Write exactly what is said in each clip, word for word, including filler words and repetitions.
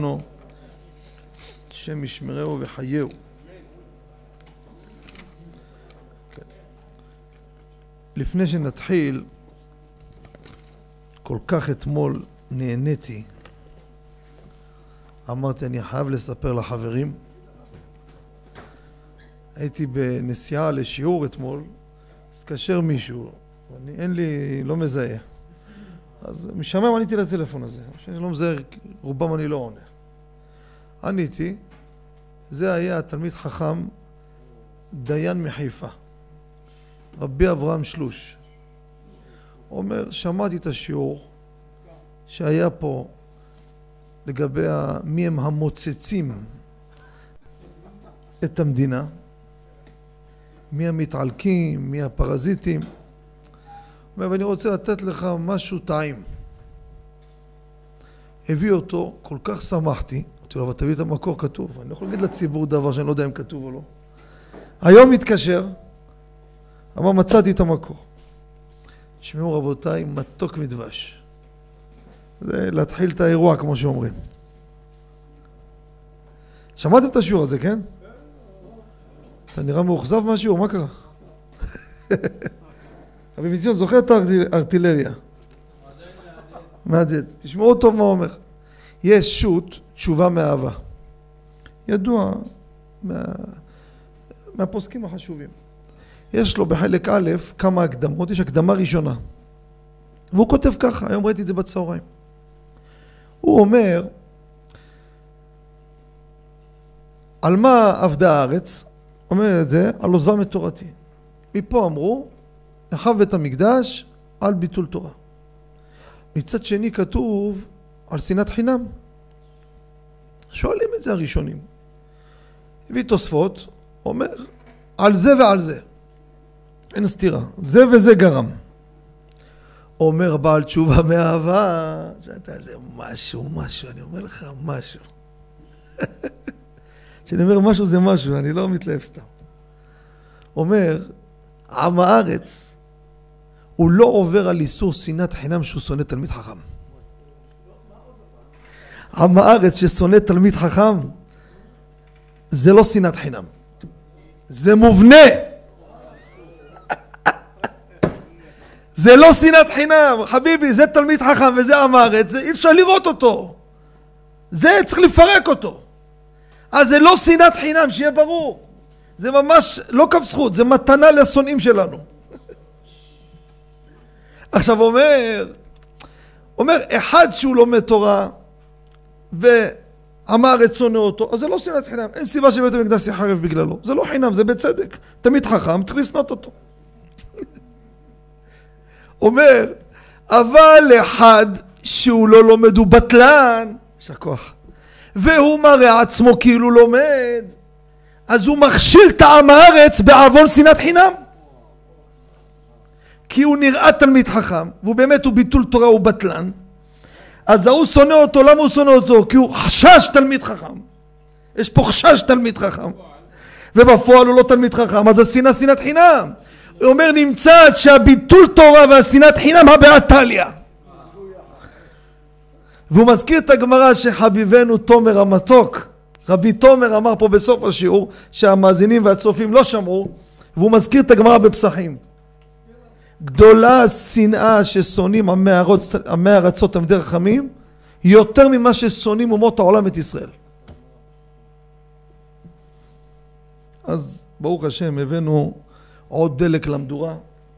השם ישמרהו וחייהו. לפני שנתחיל, כל כך אתמול נהניתי, אמרתי אני חייב לספר לחברים. הייתי בנסיעה לשיעור אתמול, אז התקשר מישהו, אני, אין לי, לא מזהה, אז משמם עניתי לטלפון הזה, שאני לא מזהה, רובם אני לא עונה. עניתי, זה היה התלמיד חכם דיין מחיפה, רבי אברהם שלוש. אומר, שמעתי את השיעור שהיה פה לגבי מי הם המוצצים את המדינה, מי המתעלקים, מי הפרזיטים. אומר, ואני רוצה לתת לך משהו טעים. הביא אותו, כל כך שמחתי, אמרתי לו, אבל תביא את המקור, כתוב. אני לא יכול להגיד לציבור דבר שאני לא יודע אם כתוב או לא. היום מתקשר, אמר, מצאתי את המקור. תשמעו רבותיי, מתוק מדבש. זה להתחיל את האירוע כמו שאומרים. שמעתם את השיעור הזה, כן? אתה נראה מאוכזב מהשיעור, מה קרה? רבי מציון, זוכר את הארטילריה? מעדד. תשמעו טוב מה אומר. יש שו"ת תשובה מאהבה. ידוע מה... מהפוסקים החשובים. יש לו בחלק א' כמה הקדמות, יש הקדמה ראשונה. והוא כותב ככה, היום ראיתי את זה בצהריים. הוא אומר, על מה עבדה הארץ? אומר את זה, על עוזבם את תורתי. מפה אמרו, נחב בית המקדש על ביטול תורה. מצד שני כתוב על שנאת חינם. שואלים את זה הראשונים. הביא תוספות, אומר, על זה ועל זה. אין סתירה. זה וזה גרם. אומר בעל תשובה מאהבה, שאתה זה משהו, משהו, אני אומר לך משהו. כשאני אומר משהו זה משהו, אני לא מתלהב סתם. אומר, עם הארץ, הוא לא עובר על איסור שנאת חינם שהוא שונא תלמיד חכם. עם הארץ ששונא תלמיד חכם, זה לא שנאת חינם. זה מובנה. זה לא שנאת חינם, חביבי, זה תלמיד חכם וזה עם הארץ, זה אי אפשר לראות אותו. זה צריך לפרק אותו. אז זה לא שנאת חינם, שיהיה ברור. זה ממש לא כף זכות, זה מתנה לשונאים שלנו. עכשיו אומר, אומר, אחד שהוא לומד תורה ועם הארץ שונא אותו, אז זה לא שנאת חינם. אין סיבה שבית המקדש יחרב בגללו. זה לא חינם, זה בצדק. תמיד חכם, צריך לשנות אותו. אומר, אבל אחד שהוא לא לומד הוא בטלן, יש הכוח, והוא מראה עצמו כאילו לומד, אז הוא מכשיל את עם הארץ בעוון שנאת חינם. כי הוא נראה תלמיד חכם, והוא באמת הוא ביטול תורה, הוא בטלן. אז הוא שונא אותו, למה הוא שונא אותו? כי הוא חשש תלמיד חכם. יש פה חשש תלמיד חכם. ובפועל הוא לא תלמיד חכם, אז השנאה שנאת חינם. הוא אומר, נמצא שהביטול תורה והשנאת חינם הבעת תליה. והוא מזכיר את הגמרא שחביבנו תומר המתוק, רבי תומר אמר פה בסוף השיעור שהמאזינים והצופים לא שמעו, והוא מזכיר את הגמרא בפסחים. גדולה השנאה ששונאים עמי ארצות תלמידי חכמים יותר ממה ששונאים אומות העולם את ישראל. אז ברוך השם הבאנו עוד דלק למדורה.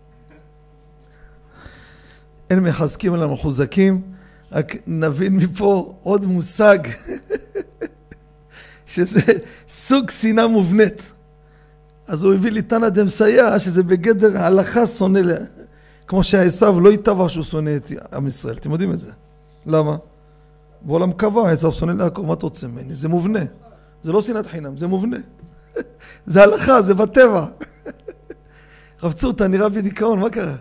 אין מחזקים אלא מחוזקים. רק נבין מפה עוד מושג שזה סוג שנאה מובנית. אז הוא הביא לי תנא דמסייע שזה בגדר ההלכה שונא, כמו שהעשו לא יתבע שהוא שונא את עם ישראל. אתם יודעים את זה? למה? בעולם קבע, העשו שונא ליעקב, מה אתה רוצה ממני? זה מובנה. זה לא שנאת חינם, זה מובנה. זה הלכה, זה בטבע. רב צור, אתה נראה בדיכאון, מה קרה?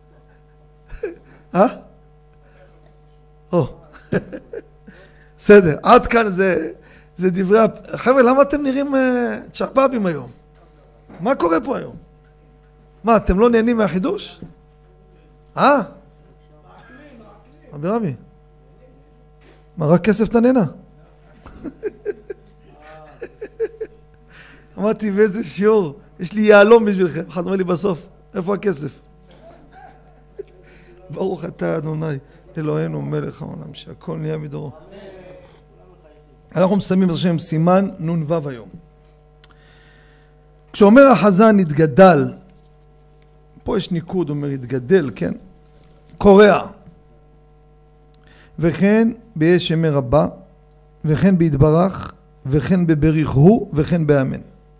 אה? או. בסדר, עד כאן זה, זה דברי... חבר'ה, למה אתם נראים צ'חבבים היום? מה קורה פה היום? מה, אתם לא נהנים מהחידוש? אה? רבי רבי. מה, רק כסף אתה נהנה? אמרתי, באיזה שיעור? יש לי יעלום בשבילכם. אחד אומר לי בסוף, איפה הכסף? ברוך אתה אדוני, אלוהינו מלך העולם, שהכל נהיה בדורו. אנחנו מסיימים בשם סימן נון וו היום. כשאומר החזן התגדל, פה יש ניקוד, אומר התגדל, כן? קורע. וכן ביש שמי רבה, וכן בהתברך, וכן בבריך הוא, וכן באמן.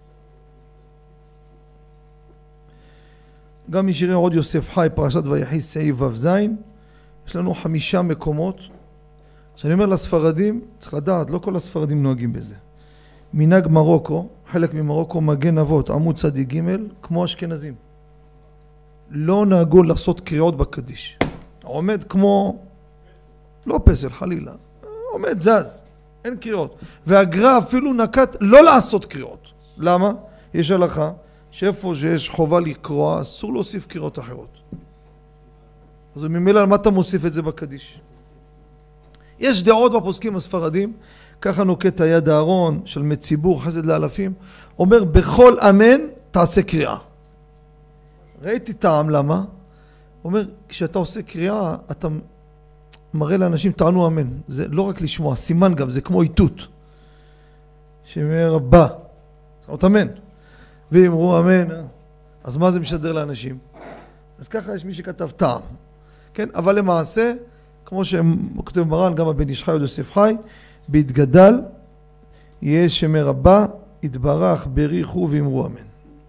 גם משירי עוד יוסף חי, פרשת ויחי סעיף וו זין, יש לנו חמישה מקומות. כשאני אומר לספרדים, צריך לדעת, לא כל הספרדים נוהגים בזה. מנהג מרוקו, חלק ממרוקו, מגן אבות, עמוד צדיק ג', כמו אשכנזים. לא נהגו לעשות קריאות בקדיש. עומד כמו, לא פסל, חלילה, עומד זז, אין קריאות. והגר"א אפילו נקט לא לעשות קריאות. למה? יש הלכה שאיפה שיש חובה לקרוא, אסור להוסיף קריאות אחרות. אז ממילא על מה אתה מוסיף את זה בקדיש? יש דעות בפוסקים הספרדים, ככה נוקט היד הארון של מציבור חסד לאלפים, אומר בכל אמן תעשה קריאה. ראיתי טעם, למה? אומר, כשאתה עושה קריאה, אתה מראה לאנשים תענו אמן. זה לא רק לשמוע, סימן גם, זה כמו איתות. שאומר הבא, זאת אמן. ואמרו אמן, אז מה זה משדר לאנשים? אז ככה יש מי שכתב טעם. כן, אבל למעשה, כמו שכותב מרן, גם הבן איש חי עוד יוסף חי, בהתגדל, יש שמי רבה, התברך, בריחו ואמרו אמן.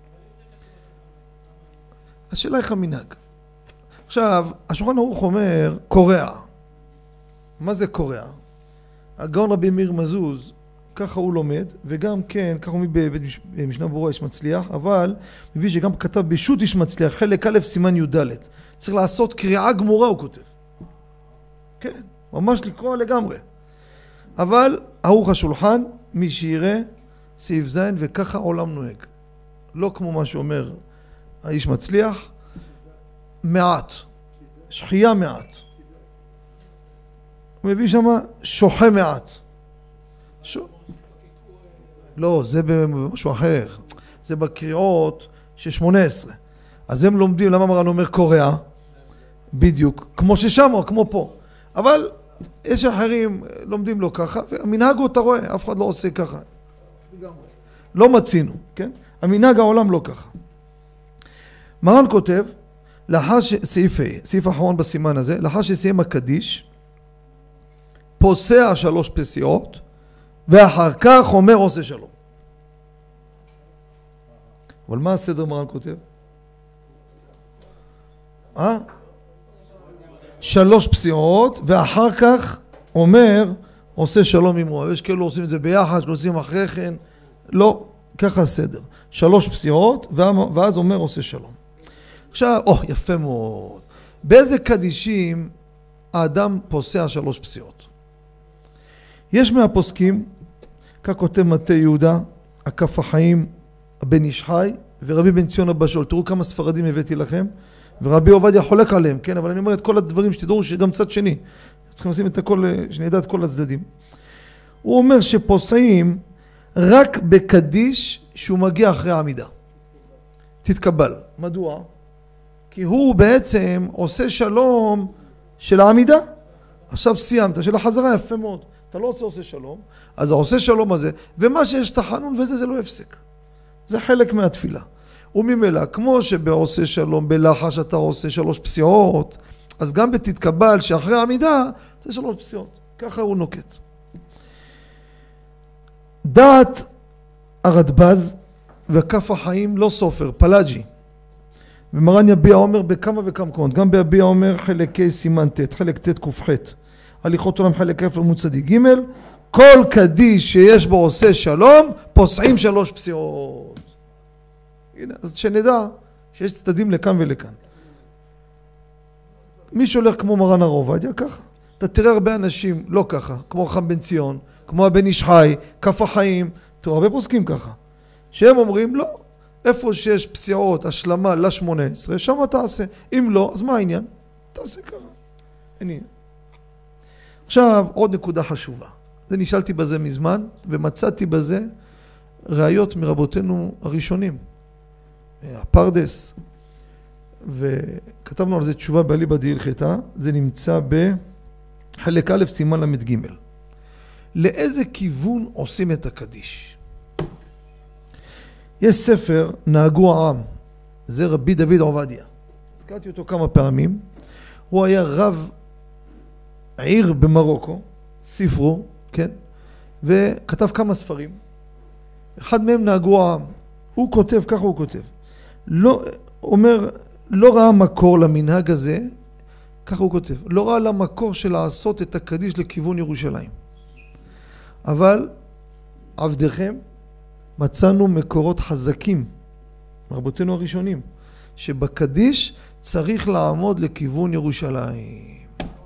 השאלה איך המנהג. עכשיו, השולחן ערוך אומר, קורע. מה זה קורע? הגאון רבי מאיר מזוז, ככה הוא לומד, וגם כן, ככה הוא מבית משנה ברורה איש מצליח, אבל מביא שגם כתב בשו"ת איש מצליח, חלק א' סימן י"ד. צריך לעשות קריאה גמורה, הוא כותב. כן, ממש לקרוא לגמרי. אבל ערוך השולחן, מי שיראה, סעיף זין, וככה עולם נוהג. לא כמו מה שאומר האיש מצליח, מעט, שחייה מעט. הוא מביא שם שוחה מעט. ש... לא, זה במשהו אחר. זה בקריאות של שמונה עשרה. אז הם לומדים, למה מרן אומר קורע? בדיוק, כמו ששם או כמו פה. אבל יש אחרים לומדים לו ככה, והמנהג הוא, אתה רואה, אף אחד לא עושה ככה. לא מצינו, כן? המנהג העולם לא ככה. מרן כותב, לאחר ש... סעיף A, סעיף האחרון בסימן הזה, לאחר שסיים הקדיש, פוסע שלוש פסיעות, ואחר כך אומר עושה שלום. אבל מה הסדר מרן כותב? אה? שלוש פסיעות, ואחר כך אומר עושה שלום עם רוע. יש כאלו עושים את זה ביחד, עושים אחרי כן. לא, ככה הסדר. שלוש פסיעות, ואז אומר עושה שלום. עכשיו, או, יפה מאוד. באיזה קדישים האדם פוסע שלוש פסיעות? יש מהפוסקים, כך כותב מטה יהודה, הכף החיים, הבן איש חי, ורבי בן ציון הבא שואל. תראו כמה ספרדים הבאתי לכם, ורבי עובדיה חולק עליהם, כן? אבל אני אומר את כל הדברים שתדעו שגם צד שני. צריכים לשים את הכל, שנדע את כל הצדדים. הוא אומר שפוסעים רק בקדיש שהוא מגיע אחרי העמידה. תתקבל. מדוע? כי הוא בעצם עושה שלום של העמידה. עכשיו סיימת, של החזרה יפה מאוד. אתה לא עושה עושה שלום, אז העושה שלום הזה, ומה שיש תחנון וזה, זה לא הפסק. זה חלק מהתפילה. וממילא, כמו שבעושה שלום, בלחש אתה עושה שלוש פסיעות, אז גם בתתקבל שאחרי העמידה, זה שלוש פסיעות. ככה הוא נוקט. דעת הרדב"ז וכף החיים לא סופר, פלאג'י. ומרן יביע אומר בכמה וכמה קומות, גם ביביע אומר חלק ה' סימן ט', חלק ט' ק"ח, הליכות עולם חלק א' עמוד צדיק ג', כל קדיש שיש בו עושה שלום, פוסעים שלוש פסיעות. הנה, אז שנדע שיש צדדים לכאן ולכאן. מי שהולך כמו מרן הר עובדיה, ככה. אתה תראה הרבה אנשים לא ככה, כמו חכם בן ציון, כמו הבן איש חי, כף החיים, תראו, הרבה פוסקים ככה. שהם אומרים, לא, איפה שיש פסיעות, השלמה ל-שמונה עשרה, שם תעשה. אם לא, אז מה העניין? תעשה ככה. הנה. עכשיו, עוד נקודה חשובה. זה נשאלתי בזה מזמן, ומצאתי בזה ראיות מרבותינו הראשונים, הפרדס, וכתבנו על זה תשובה באליבא דהלכתא, זה נמצא בחלק א' סימן למד ג'. לאיזה כיוון עושים את הקדיש? יש ספר, נהגו העם, זה רבי דוד עובדיה. הזכרתי אותו כמה פעמים. הוא היה רב עיר במרוקו, ספרו, כן? וכתב כמה ספרים. אחד מהם נהגו העם. הוא כותב, ככה הוא כותב. לא, אומר, לא ראה מקור למנהג הזה, ככה הוא כותב. לא ראה למקור של לעשות את הקדיש לכיוון ירושלים. אבל עבדכם מצאנו מקורות חזקים, רבותינו הראשונים, שבקדיש צריך לעמוד לכיוון ירושלים.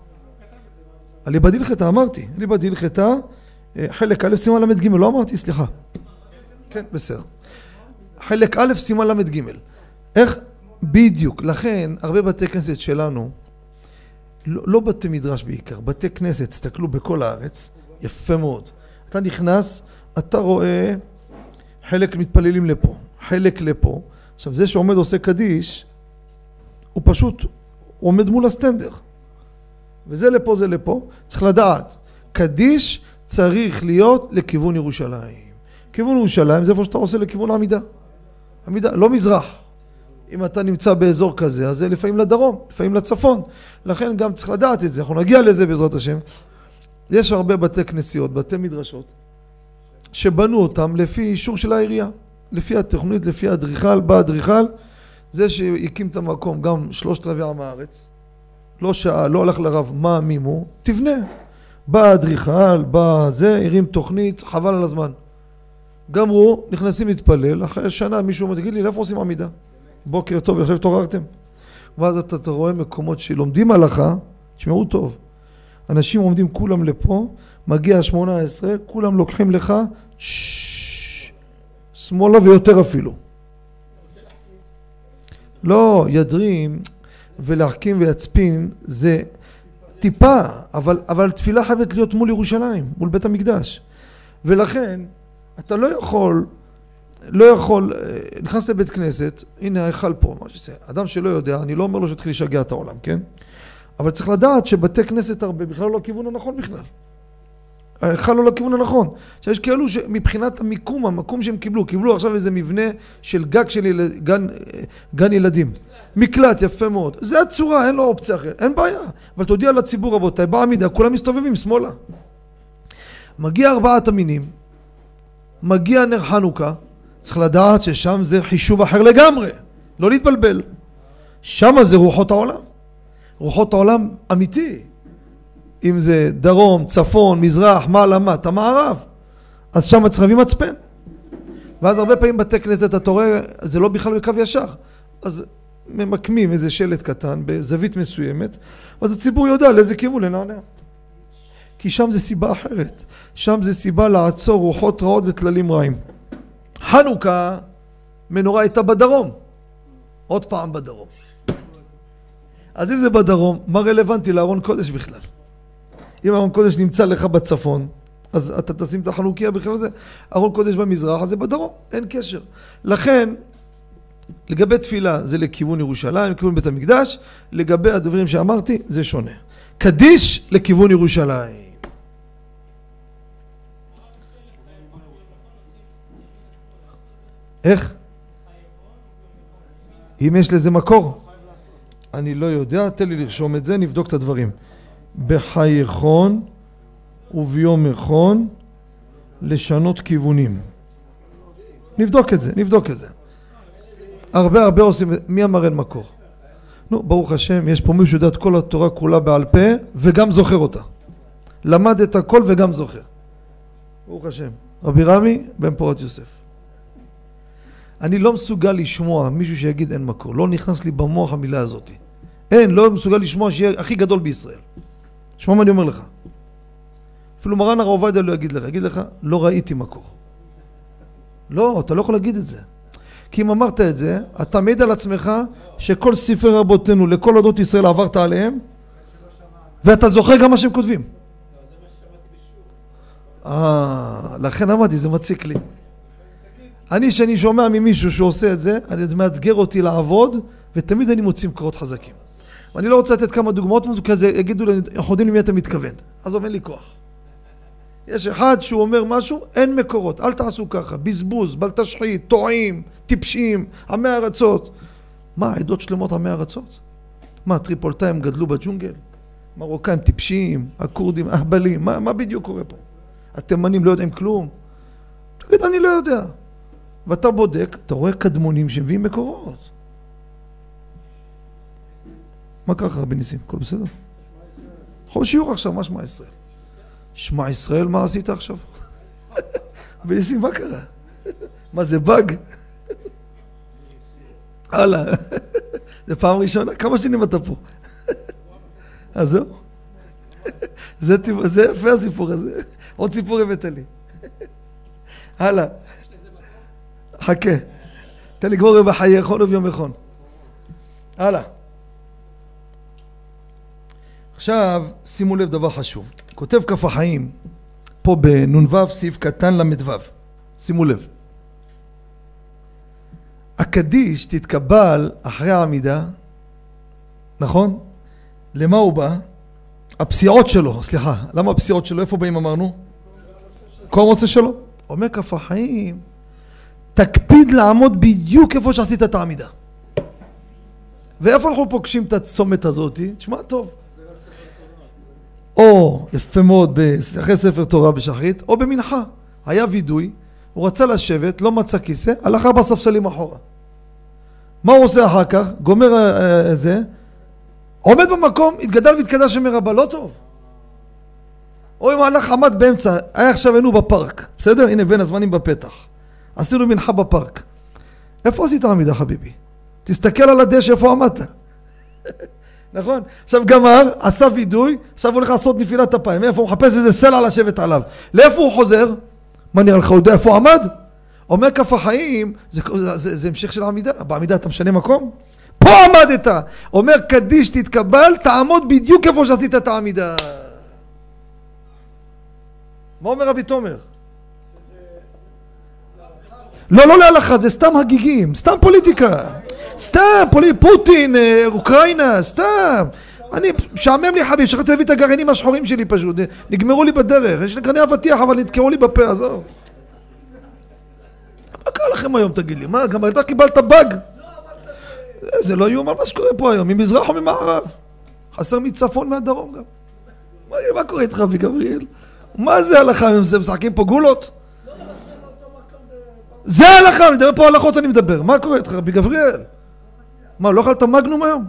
אליבא דהלכתא אמרתי, אליבא דהלכתא, חלק א' סימן למד ג', לא אמרתי, סליחה. כן, בסדר. חלק א' סימן למד ג'. איך? בדיוק. לכן, הרבה בתי כנסת שלנו, לא, לא בתי מדרש בעיקר, בתי כנסת, תסתכלו בכל הארץ, יפה מאוד. אתה נכנס, אתה רואה חלק מתפללים לפה, חלק לפה. עכשיו, זה שעומד עושה קדיש, הוא פשוט הוא עומד מול הסטנדר. וזה לפה, זה לפה. צריך לדעת, קדיש צריך להיות לכיוון ירושלים. כיוון ירושלים זה איפה שאתה עושה לכיוון העמידה. עמידה, לא מזרח. אם אתה נמצא באזור כזה, אז זה לפעמים לדרום, לפעמים לצפון. לכן גם צריך לדעת את זה. אנחנו נגיע לזה בעזרת השם. יש הרבה בתי כנסיות, בתי מדרשות, שבנו אותם לפי אישור של העירייה. לפי התוכנית, לפי האדריכל, בא האדריכל, זה שהקים את המקום גם שלושת רבעי עם הארץ, לא שעה, לא הלך לרב, מה מימו, תבנה. בא האדריכל, בא זה, הרים תוכנית, חבל על הזמן. גמרו, נכנסים להתפלל, אחרי שנה מישהו אומר, תגיד לי, לאיפה עושים עמידה? בוקר טוב, עכשיו תוררתם. ואז אתה, אתה רואה מקומות שלומדים הלכה, תשמעו טוב. אנשים עומדים כולם לפה, מגיע שמונה עשרה, כולם לוקחים לך, ששש, שמאלה ויותר אפילו. לא, ידרים ולהחכים ויצפין, זה טיפה, אבל, אבל תפילה חייבת להיות מול ירושלים, מול בית המקדש. ולכן, אתה לא יכול, לא יכול, נכנס לבית כנסת, הנה ההיכל פה, מה שזה, אדם שלא יודע, אני לא אומר לו שתחיל לשגע את העולם, כן? אבל צריך לדעת שבתי כנסת הרבה בכלל לא לכיוון הנכון בכלל. ההיכל לא לכיוון הנכון. שיש כאלו שמבחינת המיקום, המקום שהם קיבלו, קיבלו עכשיו איזה מבנה של גג של ילד, גן, גן ילדים. מקלט, יפה מאוד. זה הצורה, אין לו אופציה אחרת, אין בעיה. אבל תודיע לציבור רבותיי, בעמידה, כולם מסתובבים שמאלה. מגיע ארבעת המינים, מגיע נר חנוכה, צריך לדעת ששם זה חישוב אחר לגמרי, לא להתבלבל. שם זה רוחות העולם. רוחות העולם אמיתי. אם זה דרום, צפון, מזרח, מעלה, מטה, מערב. אז שם צריך להביא מצפן. ואז הרבה פעמים בתי כנסת, אתה רואה, זה לא בכלל בקו ישר. אז ממקמים איזה שלט קטן בזווית מסוימת, אז הציבור יודע לאיזה כיוון לנענע. כי שם זה סיבה אחרת. שם זה סיבה לעצור רוחות רעות וטללים רעים. חנוכה, מנורה הייתה בדרום. עוד פעם בדרום. אז אם זה בדרום, מה רלוונטי לארון קודש בכלל? אם ארון קודש נמצא לך בצפון, אז אתה תשים את החנוכיה בכלל זה. ארון קודש במזרח, אז זה בדרום, אין קשר. לכן, לגבי תפילה זה לכיוון ירושלים, לכיוון בית המקדש, לגבי הדברים שאמרתי, זה שונה. קדיש לכיוון ירושלים. איך? אם יש לזה מקור? אני לא יודע, תן לי לרשום את זה, נבדוק את הדברים. בחייכון וביום איכון לשנות כיוונים. נבדוק את זה, נבדוק את זה. הרבה הרבה עושים, מי אמר אין מקור? נו, ברוך השם, יש פה מישהו יודע את כל התורה כולה בעל פה וגם זוכר אותה. למד את הכל וגם זוכר. ברוך השם. רבי רמי בן פורת יוסף. אני לא מסוגל לשמוע מישהו שיגיד אין מקור. לא נכנס לי במוח המילה הזאת. אין, לא מסוגל לשמוע שיהיה הכי גדול בישראל. שמע מה אני אומר לך. אפילו מרן הרב עובדיה לא יגיד לך. יגיד לך, לא ראיתי מקור. לא, אתה לא יכול להגיד את זה. כי אם אמרת את זה, אתה מעיד על עצמך שכל ספרי רבותינו, לכל עדות ישראל עברת עליהם, ואתה זוכר גם מה שהם כותבים. אה, לכן אמרתי, זה מציק לי. אני, שאני שומע ממישהו שעושה את זה, זה מאתגר אותי לעבוד, ותמיד אני מוציא מקורות חזקים. ואני לא רוצה לתת כמה דוגמאות, כזה יגידו לי, אנחנו יודעים למי אתה מתכוון. אז אין לי כוח. יש אחד שהוא אומר משהו, אין מקורות, אל תעשו ככה, בזבוז, בל תשחית, טועים, טיפשים, עמי ארצות. מה, עדות שלמות עמי ארצות? מה, הטריפולטאים גדלו בג'ונגל? מרוקאים טיפשים, הקורדים אהבלים, מה, מה בדיוק קורה פה? התימנים לא יודעים כלום? תגיד, אני לא יודע. ואתה בודק, אתה רואה קדמונים שמביאים מקורות. מה ככה רבי ניסים? הכל בסדר? יכול שיעור עכשיו, מה שמע ישראל? שמע ישראל, מה עשית עכשיו? רבי ניסים, מה קרה? מה זה באג? הלאה. זה פעם ראשונה? כמה שנים אתה פה? אז זהו? זה יפה הסיפור הזה. עוד סיפור הבאת לי. הלאה. חכה. תן לי גבור בחיי יכול וביום יכול. הלאה. עכשיו, שימו לב דבר חשוב. כותב כף החיים, פה בנ"ו סעיף קטן למ"ו. שימו לב. הקדיש תתקבל אחרי העמידה, נכון? למה הוא בא? הפסיעות שלו, סליחה, למה הפסיעות שלו? איפה באים אמרנו? כל הנושא שלו. אומר כף החיים, תקפיד לעמוד בדיוק איפה שעשית את העמידה. ואיפה אנחנו פוגשים את הצומת הזאת? תשמע טוב. או יפה מאוד אחרי ספר תורה בשחרית, או במנחה. היה וידוי, הוא רצה לשבת, לא מצא כיסא, הלך ארבע ספסלים אחורה. מה הוא עושה אחר כך? גומר אה, זה, עומד במקום, התגדל והתקדש שם רבה, לא טוב. או אם הלך עמד באמצע, היה עכשיו היינו בפארק, בסדר? הנה בין הזמנים בפתח. עשינו מנחה בפארק. איפה עשית עמידה חביבי? תסתכל על הדשא, איפה עמדת? נכון? עכשיו גמר, עשה וידוי, עכשיו הוא הולך לעשות נפילת אפיים. איפה הוא מחפש איזה סלע לשבת עליו? לאיפה הוא חוזר? מה נראה לך, הוא יודע איפה הוא עמד? אומר כף החיים, זה, זה, זה, זה המשך של העמידה. בעמידה אתה משנה מקום? פה עמדת. אומר קדיש תתקבל, תעמוד בדיוק איפה שעשית את העמידה. מה אומר רבי תומר? לא, לא להלכה, זה סתם הגיגים, סתם פוליטיקה. סתם, פולי, פוטין, אוקראינה, סתם. אני, שעמם לי חביב, שכחתי להביא את הגרעינים השחורים שלי פשוט, נגמרו לי בדרך, יש לי גרעיני אבטיח, אבל נתקעו לי בפה, עזוב. מה קרה לכם היום, תגיד לי? מה, גם אתה קיבלת באג? זה לא יאומן מה שקורה פה היום, ממזרח או ממערב. חסר מצפון מהדרום גם. מה קורה איתך, בי גבריאל? מה זה הלכה? הם משחקים פה גולות? זה הלכה, אני מדבר פה הלכות, אני מדבר. מה קורה איתך, בי גבריאל? מה, לא אכלת מגנום היום?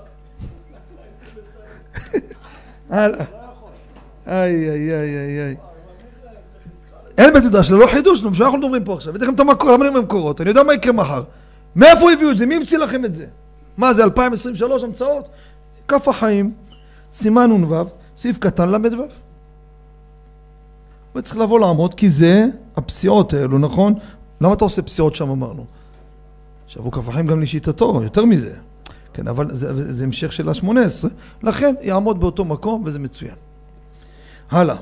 הלאה. איי, איי, איי, איי, איי. אין בית מדרש, לא חידוש, מה אנחנו מדברים פה עכשיו? הבאתי לכם את המקור, למה אני מקורות? אני יודע מה יקרה מחר. מאיפה הביאו את זה? מי המציא לכם את זה? מה זה, אלפיים עשרים ושלוש המצאות? כף החיים, סימן נ"ו, סעיף קטן למ"ו. וצריך לבוא לעמוד, כי זה הפסיעות האלו, נכון? למה אתה עושה פסיעות שם, אמרנו? עכשיו הוא כף החיים גם לשיטתו, יותר מזה. כן, אבל זה, זה המשך של ה-שמונה עשרה, לכן יעמוד באותו מקום וזה מצוין. הלאה.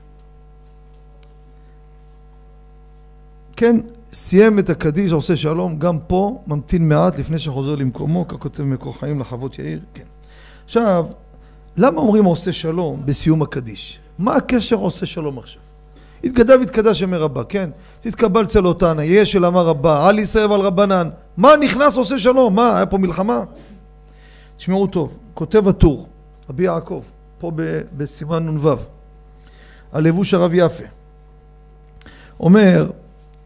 כן, סיים את הקדיש, עושה שלום, גם פה ממתין מעט לפני שחוזר למקומו, ככותב מקור חיים לחוות יאיר, כן. עכשיו, למה אומרים עושה שלום בסיום הקדיש? מה הקשר עושה שלום עכשיו? התגדל והתקדש אמר רבה, כן? תתקבל צלותנה, יש אל אמר רבה, אל יסרב על רבנן. מה נכנס עושה שלום? מה, היה פה מלחמה? תשמעו טוב, כותב הטור, רבי יעקב, פה בסימן נ"ו, הלבוש הרב יפה. אומר,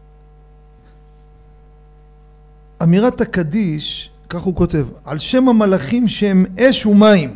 אמירת הקדיש, כך הוא כותב, על שם המלאכים שהם אש ומים,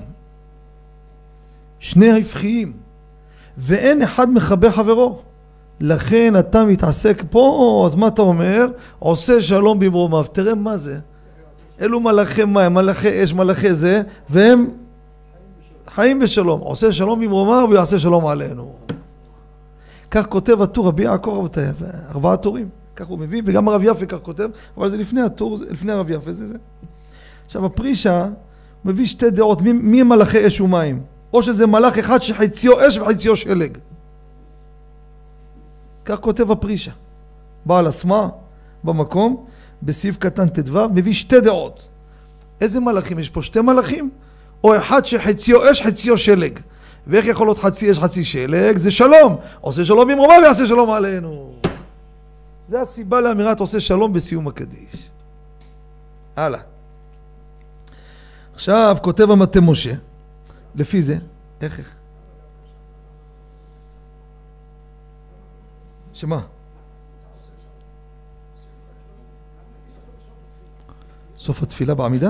שני ההפכיים, ואין אחד מחבר חברו. לכן אתה מתעסק פה, אז מה אתה אומר? עושה שלום במרומיו. תראה מה זה. אלו מלאכי מים, מלאכי אש, מלאכי זה, והם חיים בשלום. עושה שלום במרומיו ויעשה שלום עלינו. כך כותב הטור, רבי יעקב רבותי, ארבעה טורים. כך הוא מביא, וגם הרב יפה כך כותב, אבל זה לפני הטור, לפני הרב יפה, זה זה. עכשיו הפרישה מביא שתי דעות, מי, מי הם מלאכי אש ומים? או שזה מלאך אחד שחציו אש וחציו שלג. כך כותב הפרישה. בעל הסמה, במקום, בסעיף קטן תדבר, מביא שתי דעות. איזה מלאכים? יש פה שתי מלאכים? או אחד שחציו אש, חציו שלג. ואיך יכול להיות חצי אש, חצי שלג? זה שלום. עושה שלום עם רומה ויעשה שלום עלינו. זה הסיבה לאמירת עושה שלום בסיום הקדיש. הלאה. עכשיו כותב המטה משה, לפי זה, איך איך? שמה? סוף התפילה בעמידה?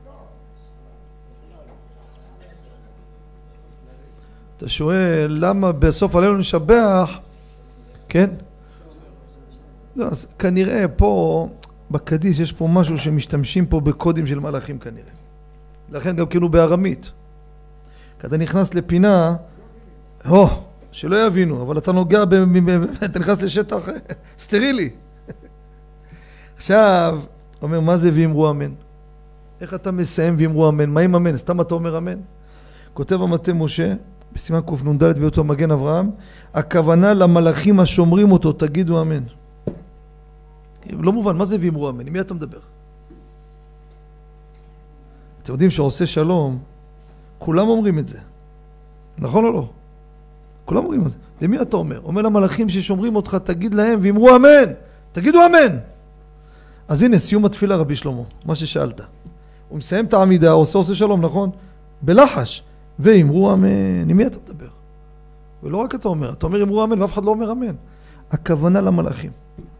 אתה שואל למה בסוף עלינו נשבח, כן? לא, אז כנראה פה בקדיש יש פה משהו שמשתמשים פה בקודים של מלאכים כנראה. לכן גם כאילו בארמית. כי אתה נכנס לפינה, הו, שלא יבינו, אבל אתה נוגע, ב, ב, ב, אתה נכנס לשטח סטרילי. עכשיו, אומר, מה זה ואמרו אמן? איך אתה מסיים ואמרו אמן? מה עם אמן? סתם אתה אומר אמן? כותב המטה משה, בסימן קנ"ד באותו מגן אברהם, הכוונה למלאכים השומרים אותו, תגידו אמן. לא מובן, מה זה ואמרו אמן? עם מי אתה מדבר? אתם יודעים שעושה שלום, כולם אומרים את זה. נכון או לא? כולם אומרים את זה. למי אתה אומר? אומר למלאכים ששומרים אותך, תגיד להם ואמרו אמן. תגידו אמן. אז הנה, סיום התפילה רבי שלמה, מה ששאלת. הוא מסיים את העמידה, עושה עושה שלום, נכון? בלחש. ואמרו אמן. עם מי אתה מדבר? ולא רק אתה אומר, אתה אומר אמרו אמן ואף אחד לא אומר אמן. הכוונה למלאכים.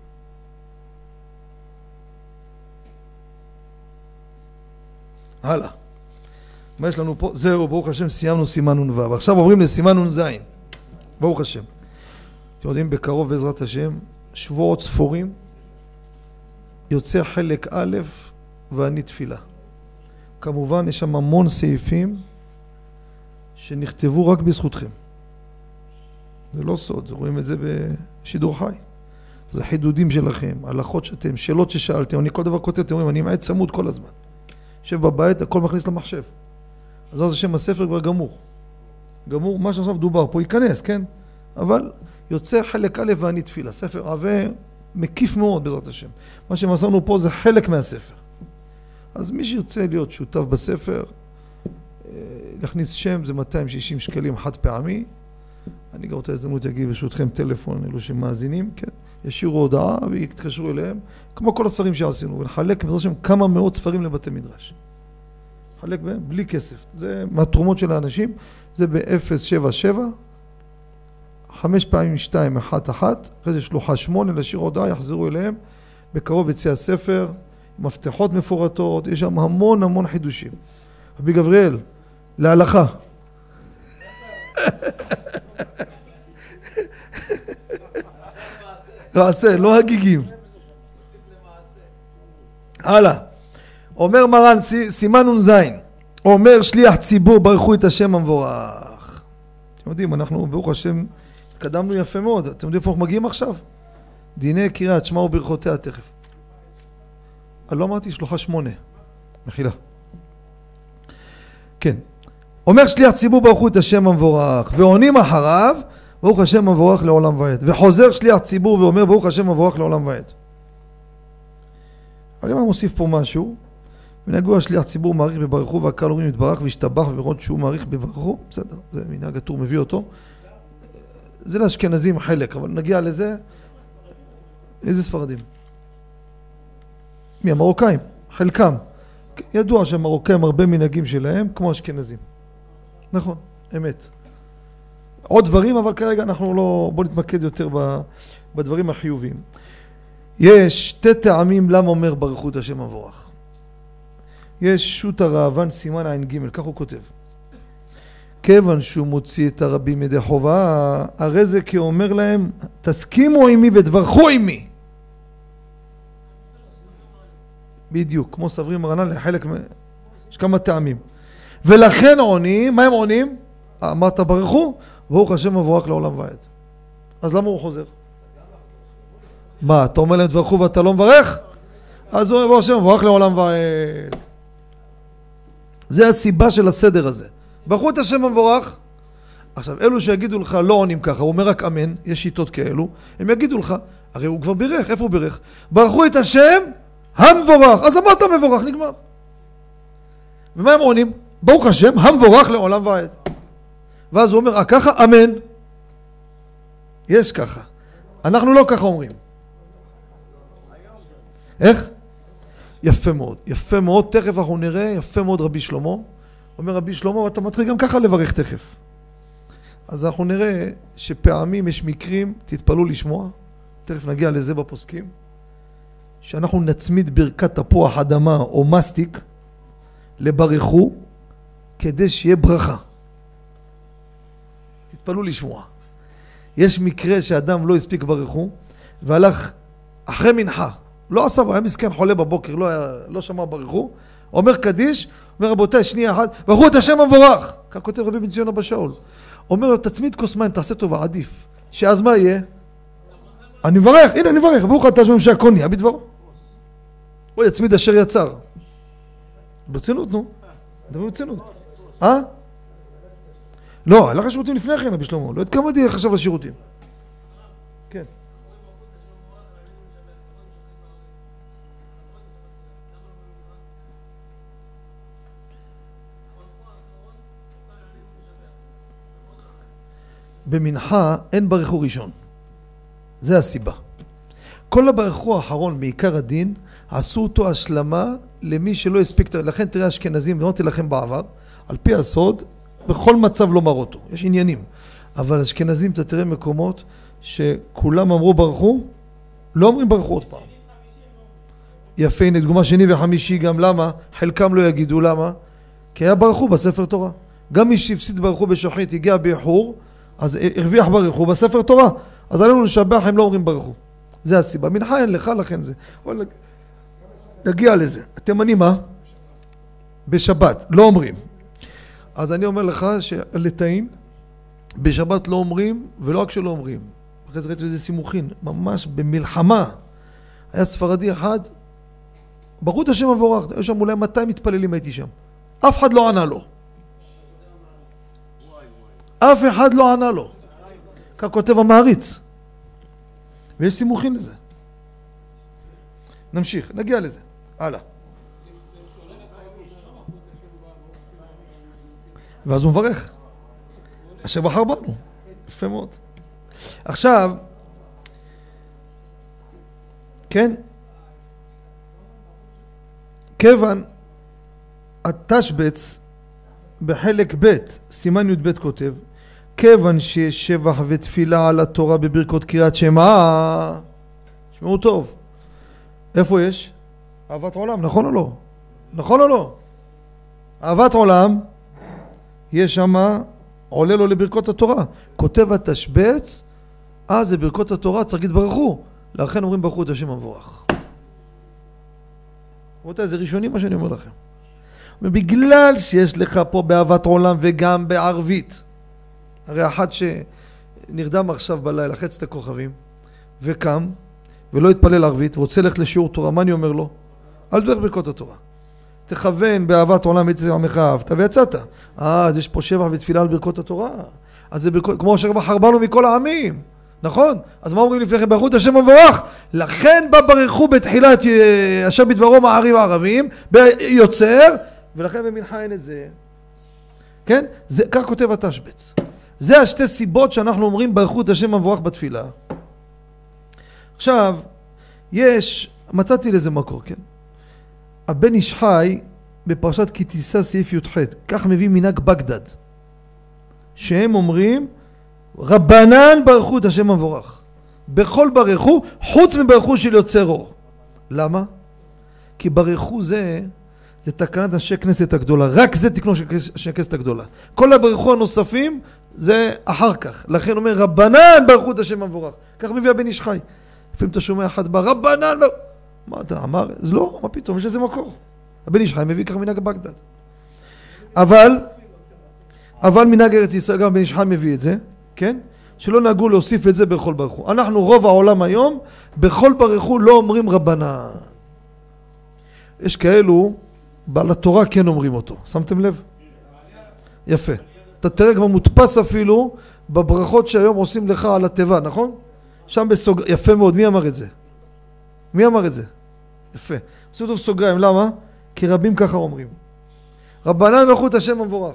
הלאה. מה יש לנו פה? זהו, ברוך השם, סיימנו סימן נ"ו. עכשיו עוברים לסימן נ"ז. ברוך השם. אתם יודעים, בקרוב בעזרת השם, שבועות ספורים, יוצא חלק א' ואני תפילה. כמובן, יש שם המון סעיפים שנכתבו רק בזכותכם. זה לא סוד, רואים את זה בשידור חי. זה חידודים שלכם, הלכות שאתם, שאלות ששאלתם, אני כל דבר כותב, אתם אומרים, אני מעט צמוד כל הזמן. יושב בבית, הכל מכניס למחשב. אז אז השם הספר כבר גמור. גמור, מה שעכשיו דובר פה ייכנס, כן? אבל יוצא חלק א' ואני תפילה. ספר עבה מקיף מאוד בעזרת השם. מה שמסרנו פה זה חלק מהספר. אז מי שירצה להיות שותף בספר, להכניס שם, זה מאתיים ושישים שקלים חד פעמי. אני גם אותה הזדמנות יגיד ברשותכם טלפון, אלו שמאזינים, כן? ישירו הודעה ויתקשרו אליהם, כמו כל הספרים שעשינו, ונחלק בעזרת השם כמה מאות ספרים לבתי מדרש. חלק בהם בלי כסף. זה מהתרומות של האנשים, זה ב-אפס שבע שבע, חמש פעמים שתיים, אחת אחת, אחרי זה שלוחה שמונה, לשיר הודעה, יחזרו אליהם, בקרוב יצא הספר, מפתחות מפורטות, יש שם המון המון חידושים. רבי גבריאל, להלכה. מעשה, לא הגיגים. הלאה. אומר מרן, סימן נ"ז, אומר שליח ציבור, ברכו את השם המבורך. אתם יודעים, אנחנו ברוך השם התקדמנו יפה מאוד. אתם יודעים איפה אנחנו מגיעים עכשיו? דיני קריאת שמע וברכותיה תכף. אני לא אמרתי שלוחה שמונה. מחילה. כן. אומר שליח ציבור, ברכו את השם המבורך, ועונים אחריו, ברוך השם המבורך לעולם ועד. וחוזר שליח ציבור ואומר, ברוך השם המבורך לעולם ועד. הרי מה מוסיף פה משהו? מנהגו השליח ציבור מעריך בברכו, והקהל אומרים יתברך וישתבח, ולראות שהוא מעריך בברכו. בסדר, זה מנהג הטור מביא אותו. זה לאשכנזים חלק, אבל נגיע לזה. איזה ספרדים? מי? המרוקאים, חלקם. ידוע שהמרוקאים הרבה מנהגים שלהם כמו אשכנזים. נכון, אמת. עוד דברים, אבל כרגע אנחנו לא... בוא נתמקד יותר בדברים החיוביים. יש שתי טעמים למה אומר ברכות השם המבורך. יש שו"ת הראב"ן סימן עין ג', כך הוא כותב. כיוון שהוא מוציא את הרבים ידי חובה, הרי זה כאומר להם, תסכימו עימי ותברכו עימי. בדיוק, כמו סברים מרנן לחלק, יש כמה טעמים. ולכן עונים, מה הם עונים? אמרת ברכו, ברוך השם מבורך לעולם ועד. אז למה הוא חוזר? מה, אתה אומר להם תברכו ואתה לא מברך? אז הוא אומר ברוך השם מבורך לעולם ועד. זה הסיבה של הסדר הזה. ברכו את השם המבורך. עכשיו, אלו שיגידו לך לא עונים ככה, הוא אומר רק אמן, יש שיטות כאלו, הם יגידו לך, הרי הוא כבר בירך, איפה הוא בירך? ברכו את השם המבורך. אז אמרת מבורך, נגמר. ומה הם עונים? ברוך השם המבורך לעולם ועד. ואז הוא אומר, אה ככה? אמן. יש ככה. אנחנו לא ככה אומרים. איך? יפה מאוד, יפה מאוד, תכף אנחנו נראה, יפה מאוד רבי שלמה. אומר רבי שלמה, ואתה מתחיל גם ככה לברך תכף. אז אנחנו נראה שפעמים יש מקרים, תתפלו לשמוע, תכף נגיע לזה בפוסקים, שאנחנו נצמיד ברכת תפוח אדמה או מסטיק לברכו, כדי שיהיה ברכה. תתפלו לשמוע. יש מקרה שאדם לא הספיק ברכו, והלך אחרי מנחה, לא עשה, היה מסכן חולה בבוקר, לא, היה, לא שמע ברכו, אומר קדיש, אומר רבותיי, שנייה אחת, ברכו את השם המבורך. כך כותב רבי בן ציון אבא שאול. אומר לו, תצמיד כוס מים, תעשה טובה, עדיף. שאז מה יהיה? אני מברך, הנה אני מברך, ברוך אתה השם שהכל נהיה בדברו. הוא יצמיד אשר יצר. ברצינות, נו. דבר ברצינות. אה? לא, הלך לשירותים לפני כן, רבי שלמה. לא התכוונתי חשב לשירותים. כן. במנחה אין ברכו ראשון. זה הסיבה. כל הברכו האחרון בעיקר הדין עשו אותו השלמה למי שלא הספיק. לכן תראה אשכנזים, אמרתי לכם בעבר, על פי הסוד, בכל מצב לא מר אותו. יש עניינים. אבל אשכנזים אתה תראה מקומות שכולם אמרו ברכו, לא אומרים ברכו עוד פעם. יפה, הנה דוגמה שני וחמישי גם למה? חלקם לא יגידו למה? כי היה ברכו בספר תורה. גם מי שהפסיד ברכו בשוחית הגיע באיחור, אז הרוויח ברכו בספר תורה. אז עלינו לשבח, הם לא אומרים ברכו. זה הסיבה. מנחה אין לך, לכן זה. אבל נגיע לזה. התימני מה? בשבת. לא אומרים. אז אני אומר לך שלתאים, בשבת לא אומרים, ולא רק שלא אומרים. אחרי זה ראיתי לזה סימוכין. ממש במלחמה. היה ספרדי אחד, ברכו את השם המבורך. היו שם אולי מאתיים מתפללים הייתי שם. אף אחד לא ענה לו. אף אחד לא ענה לו. כך כותב המעריץ. ויש סימוכין לזה. נמשיך, נגיע לזה. הלאה. ואז הוא מברך. אשר בחר בנו. יפה מאוד. עכשיו, כן? כיוון התשבץ בחלק ב' סימן י"ב כותב, כיוון שיש שבח ותפילה על התורה בברכות קריאת שמע, שמעו טוב, איפה יש? אהבת עולם, נכון או לא? נכון או לא? אהבת עולם, יש שם, עולה לו לברכות התורה, כותב התשבץ, אז זה ברכות התורה, צריך להגיד ברכו, לכן אומרים ברכו את השם המבורך. רבותיי, זה ראשוני מה שאני אומר לכם. ובגלל שיש לך פה באהבת עולם וגם בערבית, הרי אחד שנרדם עכשיו בלילה, חץ את הכוכבים, וקם, ולא התפלל ערבית, ורוצה ללכת לשיעור תורה, מה אני אומר לו? אל תברך ברכות התורה. תכוון באהבת עולם את עמך אהבת, ויצאת. אה, אז יש פה שבח ותפילה על ברכות התורה. אז זה ברכות, כמו אשר בחר בנו מכל העמים. נכון? אז מה אומרים לפניכם? ברכו את השם המבורך. לכן בברכו בתחילת אשר בדברו מעריב הערבים, ביוצר, ולכן במנחה אין את זה. כן? זה, כך כותב התשבץ. זה השתי סיבות שאנחנו אומרים ברכו את השם המבורך בתפילה. עכשיו, יש, מצאתי לזה מקור, כן? הבן איש חי בפרשת כי תישא סעיף י"ח, כך מביא מנהג בגדד, שהם אומרים רבנן ברכו את השם המבורך. בכל ברכו, חוץ מברכו של יוצר אור. למה? כי ברכו זה, זה תקנת אנשי כנסת הגדולה. רק זה תקנו אנשי כנסת הגדולה. כל הברכו הנוספים זה אחר כך. לכן אומר רבנן ברכו את השם המבורך. כך מביא הבן איש חי. לפעמים אתה שומע אחד בא רבנן. מה אתה אמר? אז לא, מה פתאום? יש לזה מקור. הבן איש חי מביא כך מנהג בגדד. אבל, אבל מנהג ארץ ישראל גם הבן איש חי מביא את זה. כן? שלא נהגו להוסיף את זה בכל ברכו. אנחנו רוב העולם היום, בכל ברכו לא אומרים רבנן. יש כאלו, בעל התורה כן אומרים אותו. שמתם לב? יפה. אתה תראה כבר מודפס אפילו בברכות שהיום עושים לך על הטבע, נכון? שם בסוג... יפה מאוד, מי אמר את זה? מי אמר את זה? יפה. עשו אותו בסוגריים, למה? כי רבים ככה אומרים. רבנן מלכות השם המבורך.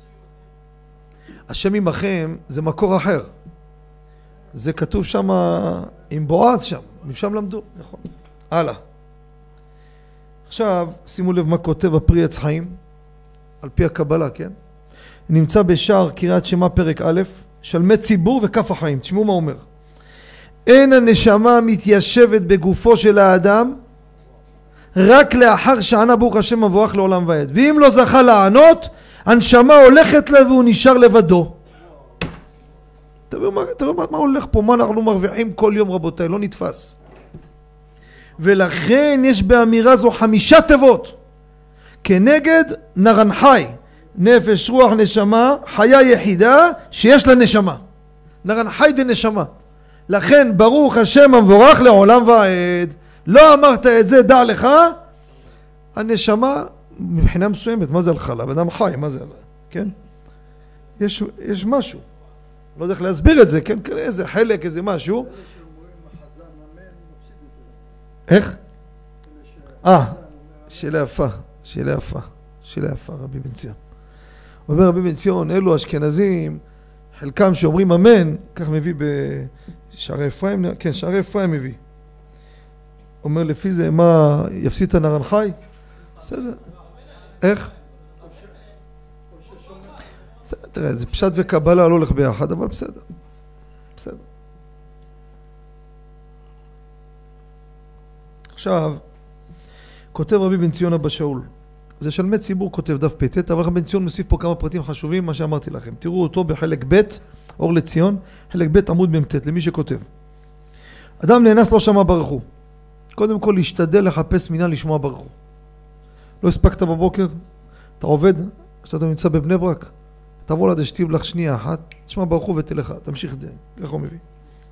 השם עמכם זה מקור אחר. זה כתוב שם עם בועז שם, משם למדו, נכון. הלאה. עכשיו, שימו לב מה כותב הפרי עץ חיים, על פי הקבלה, כן? נמצא בשער קריאת שמע פרק א', שלמי ציבור וכף החיים. תשמעו מה אומר. אין הנשמה מתיישבת בגופו של האדם רק לאחר שענה ברוך השם מבורך לעולם ועד. ואם לא זכה לענות, הנשמה הולכת לה והוא נשאר לבדו. תראו מה, תראו מה, מה הולך פה, מה אנחנו מרוויחים כל יום רבותיי, לא נתפס. ולכן יש באמירה זו חמישה תיבות כנגד נרן חי, נפש, רוח, נשמה, חיה יחידה שיש לה נשמה. נרן חי דה נשמה. לכן ברוך השם המבורך לעולם ועד. לא אמרת את זה, דע לך, הנשמה מבחינה מסוימת, מה זה הלכה לה? אדם חי, מה זה? כן? יש, יש משהו. לא יודע איך להסביר את זה, כן? כן, איזה חלק, איזה משהו. איך? אה, שאלה יפה, שאלה יפה, שאלה יפה, רבי בן ציון. אומר רבי בן ציון, אלו אשכנזים, חלקם שאומרים אמן, כך מביא בשערי אפרים, כן, שערי אפרים מביא. אומר לפי זה, מה, יפסיד את הנרן חי? בסדר. איך? בסדר, תראה, זה פשט וקבלה לא הולך ביחד, אבל בסדר. בסדר. עכשיו, כותב רבי בן ציון אבא שאול. זה שלמי ציבור כותב דף פטט, אבל רבי בן ציון מוסיף פה כמה פרטים חשובים, מה שאמרתי לכם. תראו אותו בחלק ב', אור לציון, חלק ב' עמוד במתת, למי שכותב. אדם נאנס לא שמע ברך הוא. קודם כל להשתדל לחפש מניין לשמוע ברך הוא. לא הספקת בבוקר, אתה עובד, כשאתה נמצא בבני ברק, תבוא ליד אשתיב לך שנייה אחת, תשמע ברך הוא ותלך, תמשיך דין, ככה הוא מביא.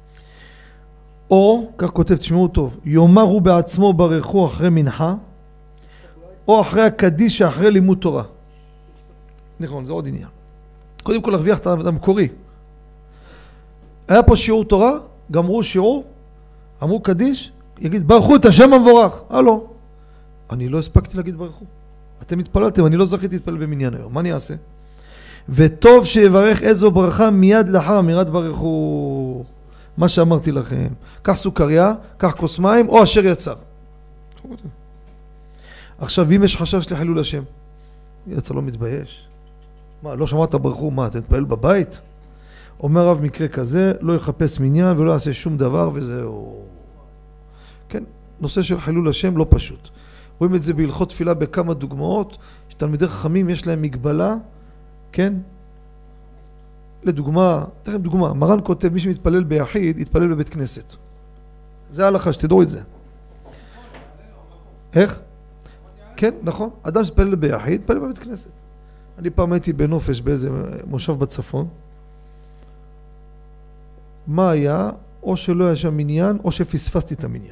או, כך כותב, תשמעו טוב, יאמר הוא בעצמו ברך הוא אחרי מנחה, או אחרי הקדיש אחרי לימוד תורה. נכון, זה עוד עניין. קודם כל להרוויח את המקורי. היה פה שיעור תורה, גמרו שיעור, אמרו קדיש, יגיד ברכו את השם המבורך. אה לא, אני לא הספקתי להגיד ברכו. אתם התפללתם, אני לא זכיתי להתפלל במניין היום, מה אני אעשה? וטוב שיברך איזו ברכה מיד לאחר אמירת ברכו. מה שאמרתי לכם, קח סוכריה, קח כוס מים, או אשר יצר. עכשיו, אם יש חשש לחילול השם, אתה לא מתבייש. מה, לא שמעת ברכו, מה, אתה מתפלל בבית? אומר רב מקרה כזה, לא יחפש מניין ולא יעשה שום דבר וזהו. כן, נושא של חילול השם לא פשוט. רואים את זה בהלכות תפילה בכמה דוגמאות, שתלמידי חכמים יש להם מגבלה, כן? לדוגמה, תכף דוגמה, מרן כותב, מי שמתפלל ביחיד, יתפלל בבית כנסת. זה ההלכה, שתדעו את זה. איך? כן, נכון. אדם שתפלל ביחיד, יתפלל בבית כנסת. אני פעם הייתי בנופש באיזה מושב בצפון. מה היה? או שלא היה שם מניין, או שפספסתי את המניין.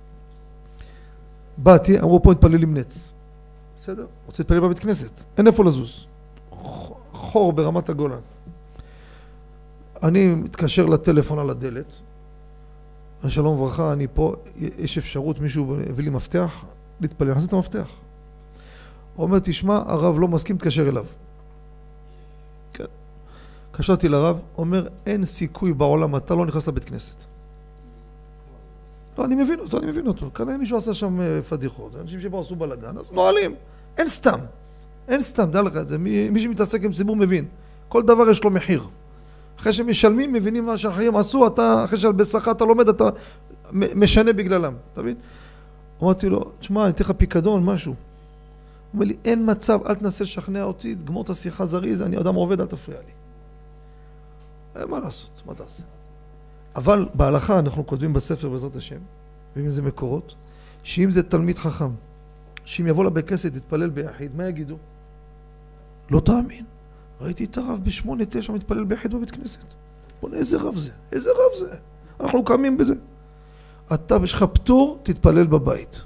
באתי, אמרו פה נתפלל עם נץ. בסדר? רוצה להתפלל בבית כנסת. אין איפה לזוז. חור ברמת הגולן. אני מתקשר לטלפון על הדלת. שלום וברכה, אני פה, יש אפשרות, מישהו הביא לי מפתח, להתפלל, נכנס את המפתח. הוא אומר, תשמע, הרב לא מסכים, תקשר אליו. כן. קשרתי לרב, אומר, אין סיכוי בעולם, אתה לא נכנס לבית כנסת. לא, אני מבין אותו, אני מבין אותו. כנראה מישהו עשה שם פדיחות, אנשים שבאו עשו בלגן, אז נועלים. אין סתם. אין סתם, דע לך את זה. מי, מי שמתעסק עם ציבור מבין. כל דבר יש לו מחיר. אחרי שמשלמים, מבינים מה שאחרים עשו, אתה, אחרי שבשכה אתה לומד, אתה משנה בגללם. אתה מבין? אמרתי לו, תשמע, אני אתן לך פיקדון, משהו. הוא אומר לי, אין מצב, אל תנסה לשכנע אותי, תגמור את השיחה זריז, אני אדם עובד, אל תפריע לי. מה לעשות? מה תעשה? אבל בהלכה אנחנו כותבים בספר בעזרת השם, ואם זה מקורות, שאם זה תלמיד חכם, שאם יבוא לבית כנסת, יתפלל ביחיד, מה יגידו? לא תאמין. ראיתי את הרב בשמונה, תשע, מתפלל ביחיד בבית כנסת. בוא, איזה רב זה? איזה רב זה? אנחנו קמים בזה. אתה יש לך פטור, תתפלל בבית.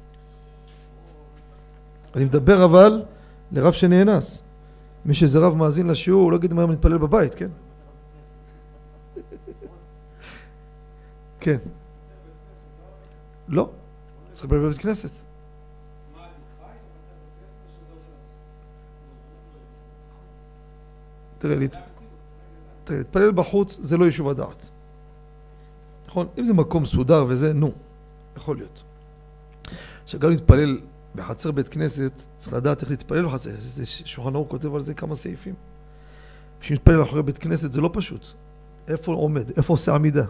אני מדבר אבל לרב שנאנס. מי שזה רב מאזין לשיעור, הוא לא יגיד מה נתפלל בבית, כן? כן. לא, צריך להתפלל בבית כנסת. תראה, להתפלל בחוץ זה לא יישוב הדעת. נכון? אם זה מקום סודר וזה, נו, יכול להיות. עכשיו גם להתפלל בחצר בית כנסת, צריך לדעת איך להתפלל בחצר. שולחן ערוך כותב על זה כמה סעיפים. כשמתפלל אחרי בית כנסת זה לא פשוט. איפה עומד? איפה עושה עמידה?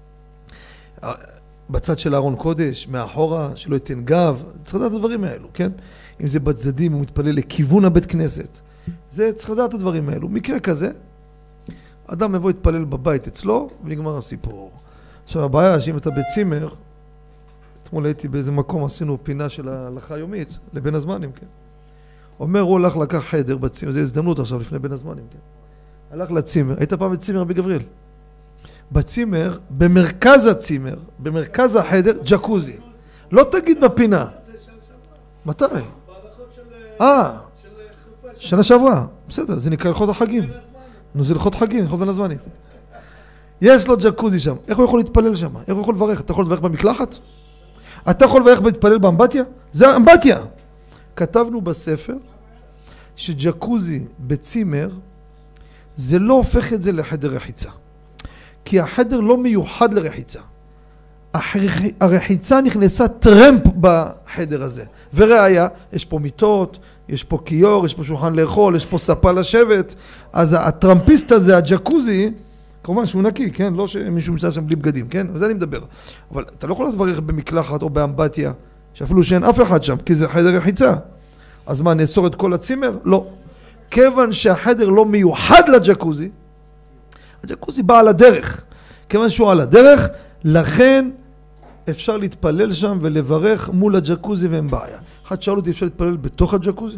בצד של ארון קודש, מאחורה, שלא ייתן גב. צריך לדעת את הדברים האלו, כן? אם זה בצדדים, הוא מתפלל לכיוון הבית כנסת. זה צריך לדעת את הדברים האלו. מקרה כזה, אדם יבוא להתפלל בבית אצלו, ונגמר הסיפור. עכשיו הבעיה שאם אתה בצימר, אתמול הייתי באיזה מקום, עשינו פינה של ההלכה היומית, לבין הזמנים, כן? אומר, הוא הלך לקח חדר בצימר, זו הזדמנות עכשיו לפני בין הזמנים, כן? הלך לצימר, היית פעם בצימר רבי גבריאל. בצימר, במרכז הצימר, במרכז החדר, ג'קוזי. לא תגיד בפינה. מתי? אה, שנה שעברה. בסדר, זה נקרא הלכות החגים. נו, זה הלכות חגים, הלכות בין הזמנים. יש לו ג'קוזי שם. איך הוא יכול להתפלל שם? איך הוא יכול לברך? אתה יכול לברך במקלחת? אתה יכול לברך להתפלל באמבטיה? זה אמבטיה. כתבנו בספר שג'קוזי בצימר זה לא הופך את זה לחדר רחיצה. כי החדר לא מיוחד לרחיצה. הרחיצה נכנסה טרמפ בחדר הזה. וראיה, יש פה מיטות, יש פה קיור, יש פה שולחן לאכול, יש פה ספה לשבת. אז הטרמפיסט הזה, הג'קוזי, כמובן שהוא נקי, כן? לא שמישהו מצא שם בלי בגדים, כן? וזה אני מדבר. אבל אתה לא יכול לברך במקלחת או באמבטיה, שאפילו שאין אף אחד שם, כי זה חדר רחיצה. אז מה, נאסור את כל הצימר? לא. כיוון שהחדר לא מיוחד לג'קוזי, הג'קוזי בא על הדרך. כיוון שהוא על הדרך, לכן אפשר להתפלל שם ולברך מול הג'קוזי ואין בעיה. אחד שאל אותי, אפשר להתפלל בתוך הג'קוזי?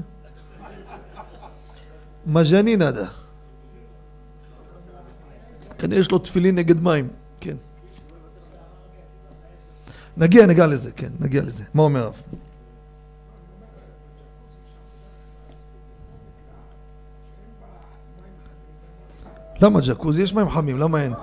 מג'ני נדה. כנראה יש לו תפילין נגד מים. כן. נגיע, נגיע לזה, כן, נגיע לזה. מה אומר רב? למה ג'קוזי? יש מים חמים, למה אין?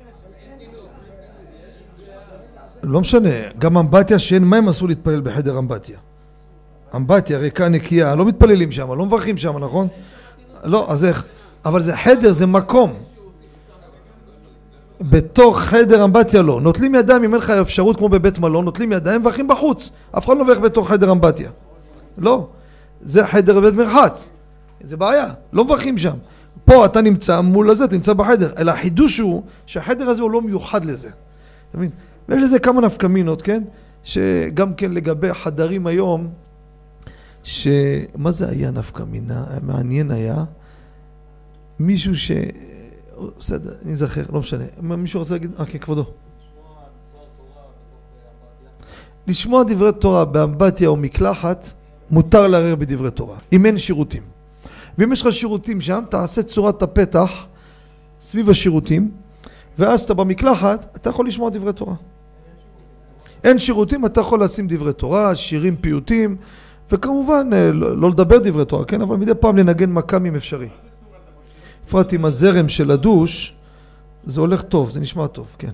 לא משנה, גם אמבטיה שאין מים אסור להתפלל בחדר אמבטיה. אמבטיה, ריקה נקייה, לא מתפללים שם, לא מברכים שם, נכון? לא, אז איך? אבל זה חדר, זה מקום. בתוך חדר אמבטיה לא. נוטלים ידיים, אם אין לך אפשרות כמו בבית מלון, נוטלים ידיים ומברכים בחוץ. אף אחד לא מברך בתוך חדר אמבטיה. לא. זה חדר בית מרחץ. זה בעיה, לא מברכים שם. פה אתה נמצא מול הזה, אתה נמצא בחדר. אלא החידוש הוא שהחדר הזה הוא לא מיוחד לזה. אתה מבין? ויש לזה כמה נפקמינות, כן? שגם כן לגבי חדרים היום, שמה זה היה נפקמינה? מעניין היה מישהו ש... בסדר, אני זכר, לא משנה. מישהו רוצה להגיד? אה, כן, כבודו. לשמוע דברי תורה באמבטיה או מקלחת, מותר לערער בדברי תורה, אם אין שירותים. ואם יש לך שירותים שם, תעשה צורת הפתח סביב השירותים, ואז אתה במקלחת, אתה יכול לשמוע דברי תורה. אין שירותים, אתה יכול לשים דברי תורה, שירים, פיוטים, וכמובן לא, לא לדבר דברי תורה, כן? אבל מדי פעם לנגן מקמים אפשרי. בפרט עם הזרם של הדוש, זה הולך טוב, זה נשמע טוב, כן.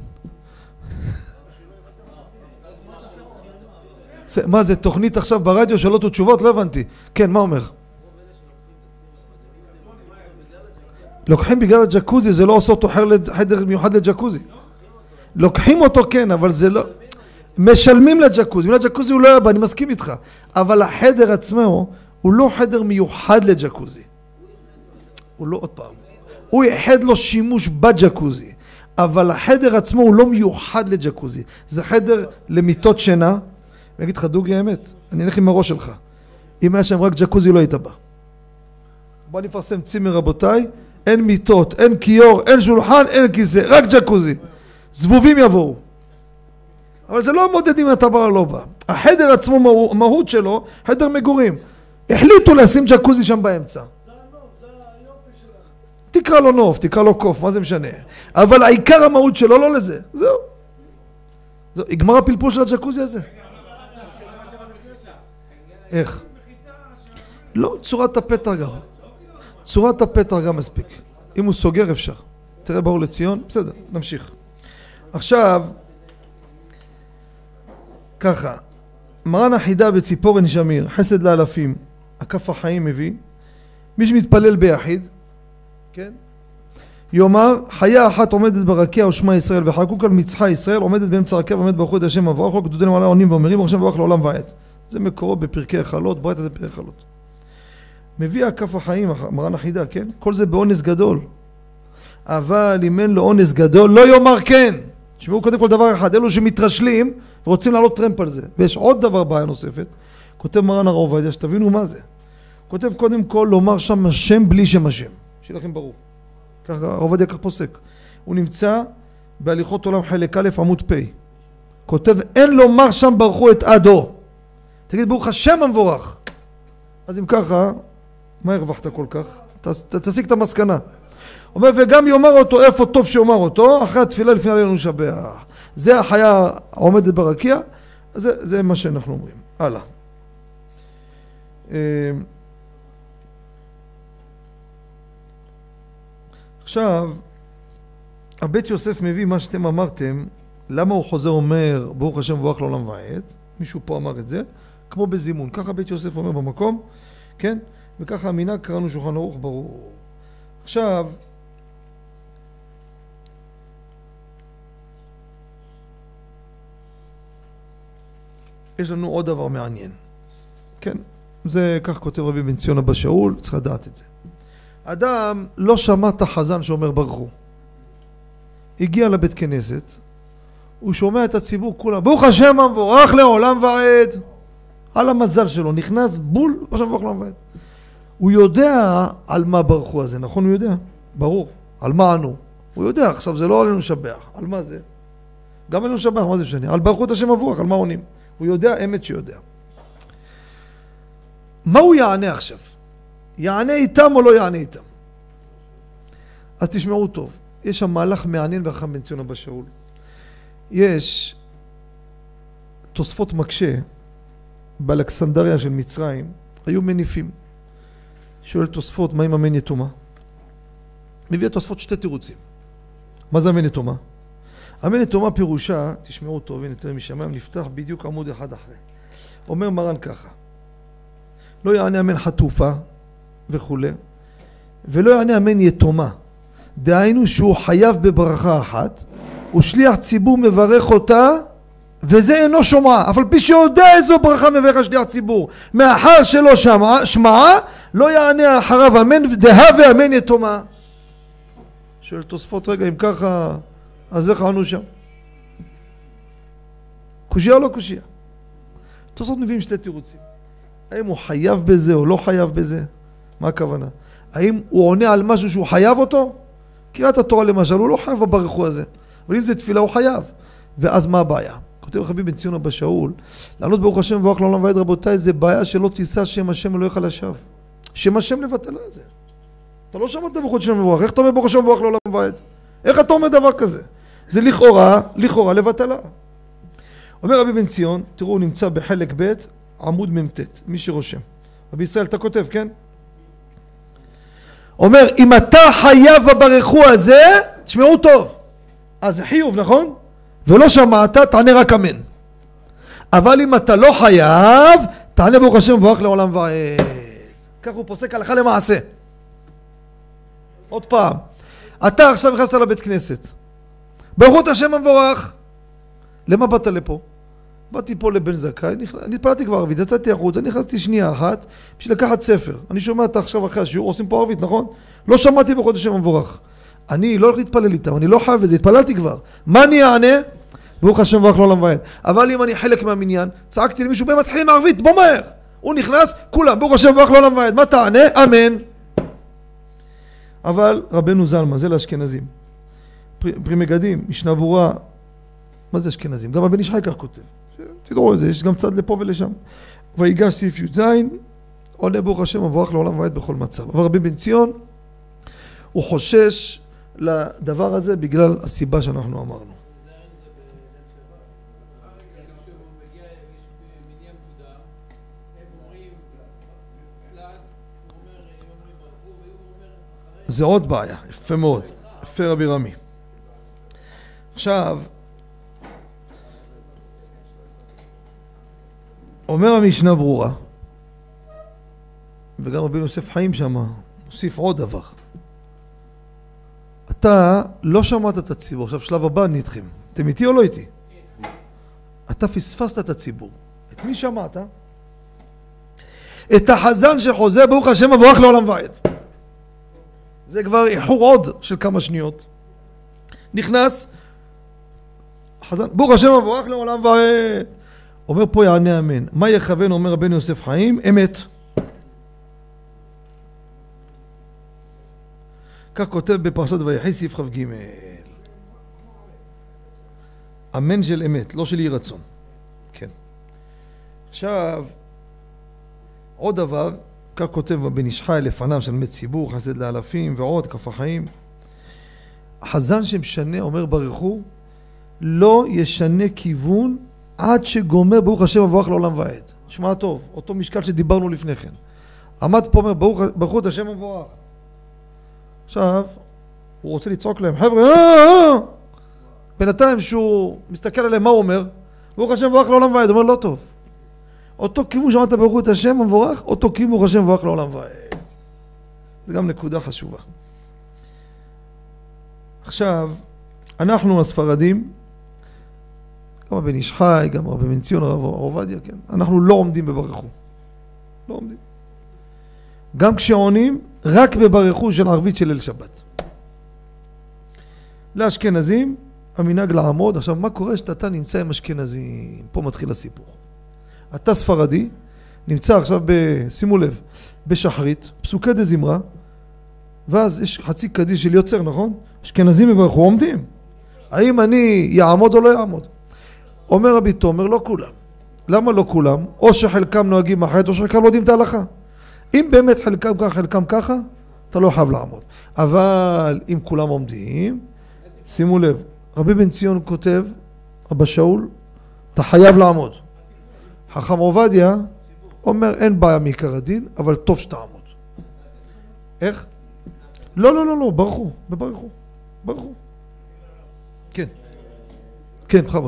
מה זה, תוכנית עכשיו ברדיו, שאלות ותשובות? לא הבנתי. כן, מה אומר? לוקחים בגלל הג'קוזי, זה לא עושה אותו חדר מיוחד לג'קוזי. לוקחים אותו כן, אבל זה לא... משלמים לג'קוזי. לג'קוזי הוא לא יבא, אני מסכים איתך. אבל החדר עצמו הוא לא חדר מיוחד לג'קוזי. הוא לא עוד פעם. הוא יחד לו שימוש בג'קוזי. אבל החדר עצמו הוא לא מיוחד לג'קוזי. זה חדר למיטות שינה. אני אגיד לך דוגרי האמת, אני אלך עם הראש שלך. אם היה שם רק ג'קוזי לא היית בא. בוא נפרסם צימר רבותיי. אין מיטות, אין קיור, אין שולחן, אין כיסא, רק ג'קוזי. זבובים יבואו. אבל זה לא מודד אם אתה בא או לא בא. החדר עצמו, המהות שלו, חדר מגורים. החליטו לשים ג'קוזי שם באמצע. זה הנוף, זה היופי שלנו. תקרא לו נוף, תקרא לו קוף, מה זה משנה? אבל העיקר המהות שלו לא לזה. זהו. זהו. יגמר הפלפול של הג'קוזי הזה. איך? לא, צורת הפתח גם. צורת הפתח גם מספיק. אם הוא סוגר אפשר. תראה באור לציון, בסדר, נמשיך. עכשיו, ככה, מרן החידה בציפורן שמיר, חסד לאלפים, הכף החיים מביא, מי שמתפלל ביחיד, כן? יאמר, חיה אחת עומדת ברקיע ושמה ישראל, וחקוק על מצחה ישראל, עומדת באמצע רקיע ועומד ברכות השם מבורך לו, גדודינו עלי עונים ואומרים, ברוך השם מבורך לעולם ועד. זה מקורו בפרקי החלות, ברייתא זה פרקי החלות. מביא הכף החיים, מרן החידה, כן? כל זה באונס גדול. אבל אם אין לו אונס גדול, לא יאמר כן. תשמעו קודם כל דבר אחד, אלו שמתרשלים ורוצים לעלות טרמפ על זה. ויש עוד דבר בעיה נוספת, כותב מרן הרב עובדיה, שתבינו מה זה. כותב קודם כל לומר שם השם בלי שם השם. שיהיה לכם ברור. ככה הרב עובדיה כך פוסק. הוא נמצא בהליכות עולם חלק א' עמוד פ'. כותב אין לומר שם ברכו את עדו. תגיד ברוך השם המבורך. אז אם ככה, מה הרווחת כל כך? תסיק את המסקנה. אומר וגם יאמר אותו איפה טוב שיאמר אותו, אחרי התפילה לפני עלינו לשבח. זה החיה העומדת ברקיע, זה, זה מה שאנחנו אומרים. הלאה. עכשיו, הבית יוסף מביא מה שאתם אמרתם, למה הוא חוזר אומר ברוך השם מבורך לעולם ועד, מישהו פה אמר את זה, כמו בזימון, ככה בית יוסף אומר במקום, כן? וככה המנהג קראנו שולחן ערוך ברור. עכשיו, יש לנו עוד דבר מעניין, כן? זה כך כותב רבי בן ציון אבא שאול, צריך לדעת את זה. אדם לא שמע את החזן שאומר ברכו. הגיע לבית כנסת, הוא שומע את הציבור כולם, ברוך השם המבורך לעולם ועד. על המזל שלו, נכנס בול, ברוך השם המבורך לעולם ועד. הוא יודע על מה ברכו הזה, נכון? הוא יודע, ברור. על מה ענו. הוא יודע, עכשיו זה לא עלינו לשבח. על מה זה? גם עלינו לשבח, מה זה משנה? על ברכו את השם המבורך, על מה עונים? הוא יודע, אמת שיודע. מה הוא יענה עכשיו? יענה איתם או לא יענה איתם? אז תשמעו טוב. יש שם מהלך מעניין וחכם בן ציון אבא שאול. יש תוספות מקשה באלכסנדריה של מצרים, היו מניפים. שואל תוספות, מה עם אמן יתומה? מביא תוספות שתי תירוצים. מה זה אמן יתומה? אמן יתומה פירושה, תשמעו טוב, הנה תראה משמיים, נפתח בדיוק עמוד אחד אחרי. אומר מרן ככה, לא יענה אמן חטופה וכו', ולא יענה אמן יתומה. דהיינו שהוא חייב בברכה אחת, הוא שליח ציבור מברך אותה, וזה אינו שומעה, אבל פי שיודע איזו ברכה מברך שליח ציבור, מאחר שלא שמעה, שמעה, לא יענה אחריו אמן, דהווה אמן יתומה. שואל תוספות רגע, אם ככה, אז איך ענו שם? קושיה או לא קושיה? תוספות מביאים שתי תירוצים. האם הוא חייב בזה או לא חייב בזה? מה הכוונה? האם הוא עונה על משהו שהוא חייב אותו? קריאת התורה למשל, הוא לא חייב בברכו הזה. אבל אם זה תפילה הוא חייב. ואז מה הבעיה? כותב רבי בן ציון אבא שאול, לענות ברוך השם מבורך לעולם ועד, רבותיי, זה בעיה שלא תישא שם השם אלוהיך לשווא. שם השם לבטלה זה. אתה לא שמעת ברוך השם מבורך, איך אתה אומר ברוך השם מבורך לעולם ועד? איך אתה אומר דבר כזה? זה לכאורה, לכאורה לבטלה. אומר רבי בן ציון, תראו, הוא נמצא בחלק ב' עמוד ממתת, מי שרושם. רבי ישראל, אתה כותב, כן? אומר, אם אתה חייב בברכו הזה, תשמעו טוב. אז זה חיוב, נכון? ולא שמעת, תענה רק אמן. אבל אם אתה לא חייב, תענה ברוך השם מבורך לעולם ועד. כך הוא פוסק הלכה למעשה. עוד פעם, אתה עכשיו נכנסת לבית כנסת. ברכו את השם המבורך. למה באת לפה? באתי פה לבן זכאי, אני התפללתי כבר ערבית, יצאתי החוץ, אני נכנסתי שנייה אחת בשביל לקחת ספר. אני שומע את עכשיו אחרי השיעור, עושים פה ערבית, נכון? לא שמעתי ברכו את השם המבורך. אני לא הולך להתפלל איתם, אני לא חייב את זה, התפללתי כבר. מה אני אענה? ברוך השם מבורך לעולם ועד. אבל אם אני חלק מהמניין, צעקתי למישהו, בהם מתחילים ערבית, בוא מהר. הוא נכנס, כולם, ברוך השם מבורך לעולם ועד. מה תענה? אמן. אבל רבנו זלמן, זה לאשכנזים. פרי מגדים, משנה ברורה. מה זה אשכנזים? גם הבן איש חי כך כותב. תדעו את זה, יש גם צד לפה ולשם. ויגש סעיף י"ז, עונה ברוך השם מבורך לעולם ועד בכל מצב. אבל רבי בן ציון, הוא חושש לדבר הזה בגלל הסיבה שאנחנו אמרנו. זה עוד בעיה, יפה מאוד, יפה רבי רמי. עכשיו, אומר המשנה ברורה, וגם רבי יוסף חיים שמה, מוסיף עוד דבר. אתה לא שמעת את הציבור, עכשיו שלב הבא אני איתכם. אתם איתי או לא איתי? אתה פספסת את הציבור. את מי שמעת? את החזן שחוזה ברוך השם מבורך לעולם ועד. זה כבר איחור עוד של כמה שניות. נכנס חזן, ברוך השם מבורך לעולם ועד. אומר פה יענה אמן. מה יכוון, אומר רבנו יוסף חיים? אמת. כך כותב בפרשת ויחי סעיף כ"ג. אמן של אמת, לא של אי רצון. כן. עכשיו, עוד דבר, כך כותב בן איש חי לפניו של מת ציבור, חסד לאלפים ועוד, כף החיים. החזן שמשנה, אומר ברכו, לא ישנה כיוון עד שגומר ברוך השם מבורך לעולם ועד. שמע טוב, אותו משקל שדיברנו לפני כן. עמד פה אומר, ברוך, ברכו את השם מבורך. עכשיו, הוא רוצה לצעוק להם, חבר'ה, אה, בינתיים שהוא מסתכל עליהם, מה הוא אומר? ברוך השם מבורך לעולם ועד. הוא אומר, לא טוב. אותו כיוון שמעת ברכו את השם מבורך, אותו כיוון ברוך השם מבורך לעולם ועד. זה גם נקודה חשובה. עכשיו, אנחנו הספרדים, גם בן איש חי, גם רבי בן ציון, הרב עובדיה, כן? אנחנו לא עומדים בברכו. לא עומדים. גם כשעונים, רק בברכו של ערבית של ליל שבת. לאשכנזים, המנהג לעמוד. עכשיו, מה קורה שאתה נמצא עם אשכנזים? פה מתחיל הסיפור. אתה ספרדי, נמצא עכשיו, ב, שימו לב, בשחרית, פסוקי דה זמרה, ואז יש חצי קדיש של יוצר, נכון? אשכנזים בברכו עומדים. האם אני יעמוד או לא יעמוד? אומר רבי תומר, לא כולם. למה לא כולם? או שחלקם נוהגים אחרת, או שחלקם לא יודעים את ההלכה. אם באמת חלקם ככה, חלקם ככה, אתה לא חייב לעמוד. אבל אם כולם עומדים, שימו לב, רבי בן ציון כותב, אבא שאול, אתה חייב לעמוד. חכם עובדיה אומר, אין בעיה מעיקר הדין, אבל טוב שתעמוד. איך? לא, לא, לא, לא, ברכו, בברכו, ברכו. כן. כן, בכבוד.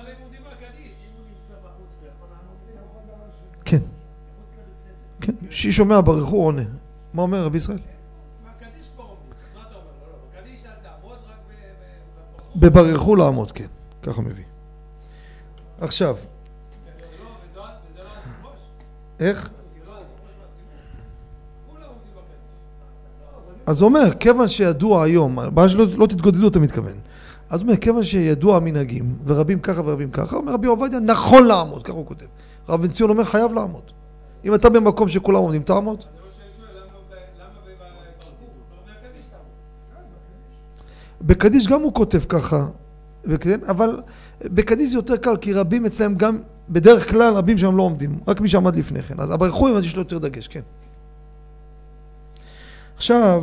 כן. כן, ששומע ברכו עונה. מה אומר רבי ישראל? בקדיש כבר עומדים. מה אתה אומר? לא, בקדיש אל תעמוד, רק בברכו לעמוד, כן. ככה מביא. עכשיו. איך? אז הוא אומר, כיוון שידוע היום, בעיה שלא לא תתגודדו, אתה מתכוון. אז הוא אומר, כיוון שידוע המנהגים, ורבים ככה ורבים ככה, אומר רבי עובדיה, נכון לעמוד, ככה הוא כותב. רב בן ציון אומר, חייב לעמוד. אם אתה במקום שכולם עומדים, תעמוד. בקדיש גם הוא כותב ככה, אבל בקדיש זה יותר קל, כי רבים אצלם גם, בדרך כלל רבים שם לא עומדים, רק מי שעמד לפני כן. אז הברכו אם יש לו יותר דגש, כן. עכשיו,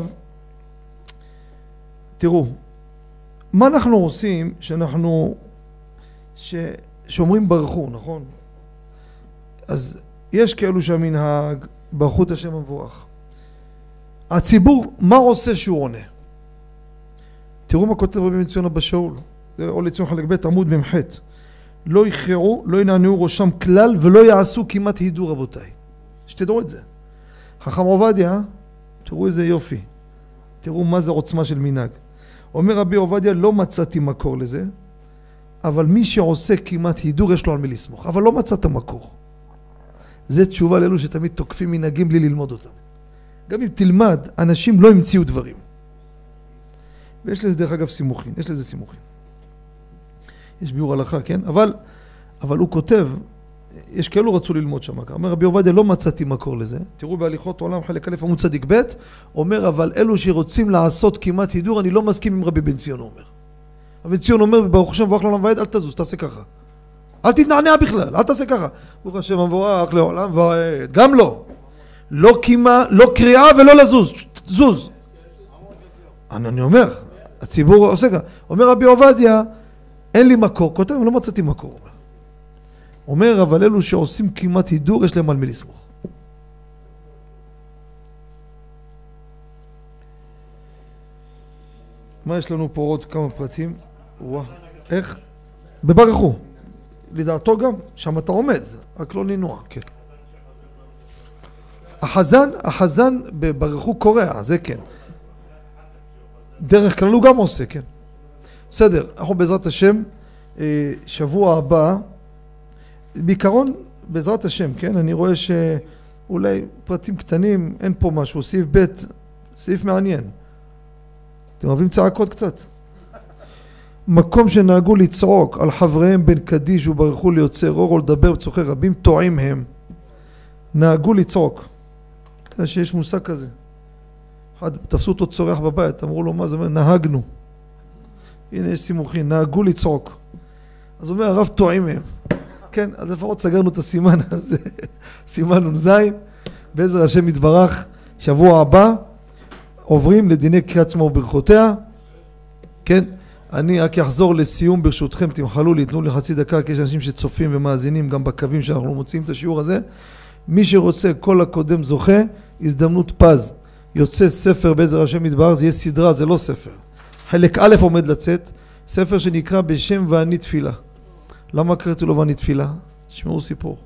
תראו, מה אנחנו עושים שאנחנו, ש... שאומרים ברכו, נכון? אז יש כאלו שהמנהג, ברכו את השם המבורך. הציבור, מה עושה שהוא עונה? תראו מה כותב רבי בן ציון אבא שאול, זה או לציון חלק ב' עמוד במחת. לא יכרעו, לא ינענעו ראשם כלל ולא יעשו כמעט הידור, רבותיי. שתדעו את זה. חכם עובדיה, תראו איזה יופי. תראו מה זה עוצמה של מנהג. אומר רבי עובדיה, לא מצאתי מקור לזה, אבל מי שעושה כמעט הידור יש לו על מי לסמוך. אבל לא מצאת מקור. זה תשובה לאלו שתמיד תוקפים מנהגים בלי ללמוד אותם. גם אם תלמד, אנשים לא המציאו דברים. ויש לזה דרך אגב סימוכין, יש לזה סימוכין. יש ביור הלכה, כן? אבל, אבל הוא כותב, יש כאלו רצו ללמוד שם. אומר רבי עובדיה, לא מצאתי מקור לזה. תראו בהליכות עולם חלק א' עמוד צדיק ב', אומר, אבל אלו שרוצים לעשות כמעט הידור, אני לא מסכים עם רבי בן ציון אומר. רבי ציון אומר, ברוך השם מבורך לעולם ועד, אל תזוז, תעשה ככה. אל תתנענע בכלל, אל תעשה ככה. ברוך השם מבורך לעולם ועד. גם לא. לא קימה, לא קריאה ולא לזוז. זוז. אני, אני אומר, הציבור עושה ככה. אומר רבי עובדיה, אין לי מקור. כותב, לא מצאתי מקור. אומר. אומר, אבל אלו שעושים כמעט הידור, יש להם על מי לסמוך. מה יש לנו פה עוד כמה פרטים? וואו. איך? בברכו. לדעתו גם, שם אתה עומד, רק לא נינוע, כן. החזן, החזן ברכו קורע, זה כן. דרך כלל הוא גם עושה, כן. בסדר, אנחנו בעזרת השם, שבוע הבא, בעיקרון בעזרת השם, כן? אני רואה שאולי פרטים קטנים, אין פה משהו, סעיף ב', סעיף מעניין. אתם אוהבים צעקות קצת? מקום שנהגו לצעוק על חבריהם בין קדיש וברכו ליוצר אור או לדבר בצורכי רבים, טועים הם. נהגו לצעוק. שיש מושג כזה. אחד, תפסו אותו צורח בבית, אמרו לו מה זה אומר? נהגנו. הנה יש סימוכין, נהגו לצעוק. אז אומר הרב טועים הם. כן, אז לפחות סגרנו את הסימן הזה, סימן נ"ז, בעזר השם יתברך, שבוע הבא, עוברים לדיני קריאת שמע וברכותיה, כן, אני רק אחזור לסיום ברשותכם, תמחלו לי, תנו לי חצי דקה, כי יש אנשים שצופים ומאזינים גם בקווים שאנחנו מוצאים את השיעור הזה, מי שרוצה, כל הקודם זוכה, הזדמנות פז, יוצא ספר בעזר השם יתברך, זה יהיה סדרה, זה לא ספר, חלק א' עומד לצאת, ספר שנקרא בשם ואני תפילה. למה קראתי לו ואני תפילה? תשמעו סיפור.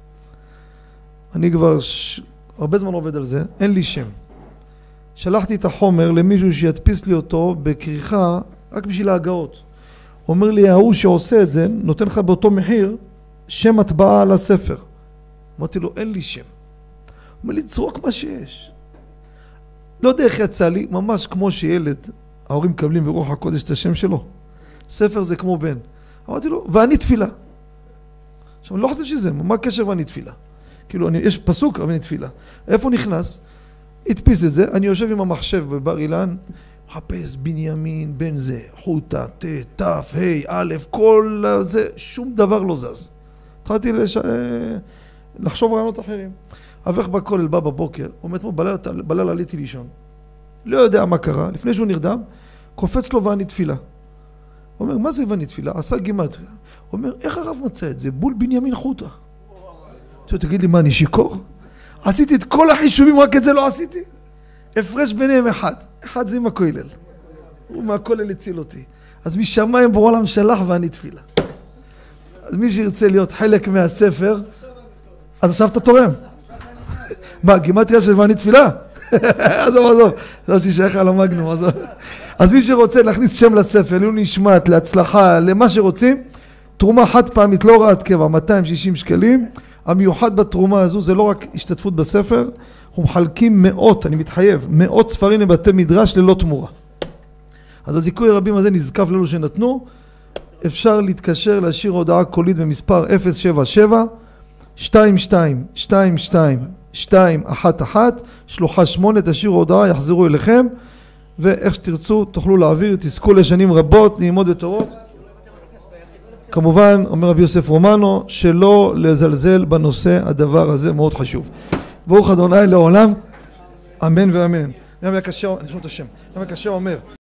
אני כבר ש... הרבה זמן עובד על זה, אין לי שם. שלחתי את החומר למישהו שידפיס לי אותו בכריכה רק בשביל ההגאות. הוא אומר לי, ההוא שעושה את זה, נותן לך באותו מחיר שם הטבעה על הספר. אמרתי לו, אין לי שם. הוא אומר לי, צרוק מה שיש. לא יודע איך יצא לי, ממש כמו שילד, ההורים מקבלים ברוח הקודש את השם שלו. ספר זה כמו בן. אמרתי לו, ואני תפילה. עכשיו, אני לא חושב שזה, מה הקשר ואני תפילה? כאילו, אני, יש פסוק, ואני תפילה. איפה נכנס? הדפיס את זה, אני יושב עם המחשב בבר אילן, מחפש בנימין, בן זה, חוטה, ת, תף, ה', א', כל זה, שום דבר לא זז. התחלתי לש... לחשוב רעיונות אחרים. אברך בכולל בא בבוקר, אומר אתמול, בלילה, בלילה עליתי לישון. לא יודע מה קרה, לפני שהוא נרדם, קופץ לו ואני תפילה. הוא אומר, מה זה ואני תפילה? עשה גימטריה. הוא אומר, איך הרב מצא את זה? בול בנימין חוטה. תגיד לי, מה, אני שיקור? עשיתי את כל החישובים, רק את זה לא עשיתי. הפרש ביניהם אחד. אחד זה עם הכולל. הוא מהכולל הציל אותי. אז משמיים בורא עולם שלח ואני תפילה. אז מי שירצה להיות חלק מהספר, אז עכשיו אתה תורם. מה, גימטריה של ואני תפילה? עזוב, עזוב. עזוב שישייך על המגנום, עזוב. אז מי שרוצה להכניס שם לספר, לעילוי נשמת, להצלחה, למה שרוצים, תרומה חד פעמית, לא הוראת קבע, מאתיים ושישים שקלים. המיוחד בתרומה הזו זה לא רק השתתפות בספר, אנחנו מחלקים מאות, אני מתחייב, מאות ספרים לבתי מדרש ללא תמורה. אז הזיכוי הרבים הזה נזקף לאלו שנתנו, אפשר להתקשר להשאיר הודעה קולית במספר אפס שבע שבע שתיים שתיים שתיים שתיים שתיים אחת אחת, שלוחה שמונה, תשאירו הודעה, יחזרו אליכם, ואיך שתרצו תוכלו להעביר, תזכו לשנים רבות, נעימות וטובות. כמובן, אומר רבי יוסף רומנו, שלא לזלזל בנושא הדבר הזה מאוד חשוב. ברוך אדוני לעולם, אמן ואמן. נעם יקשר, נשמע את השם, נעם יקשר אומר,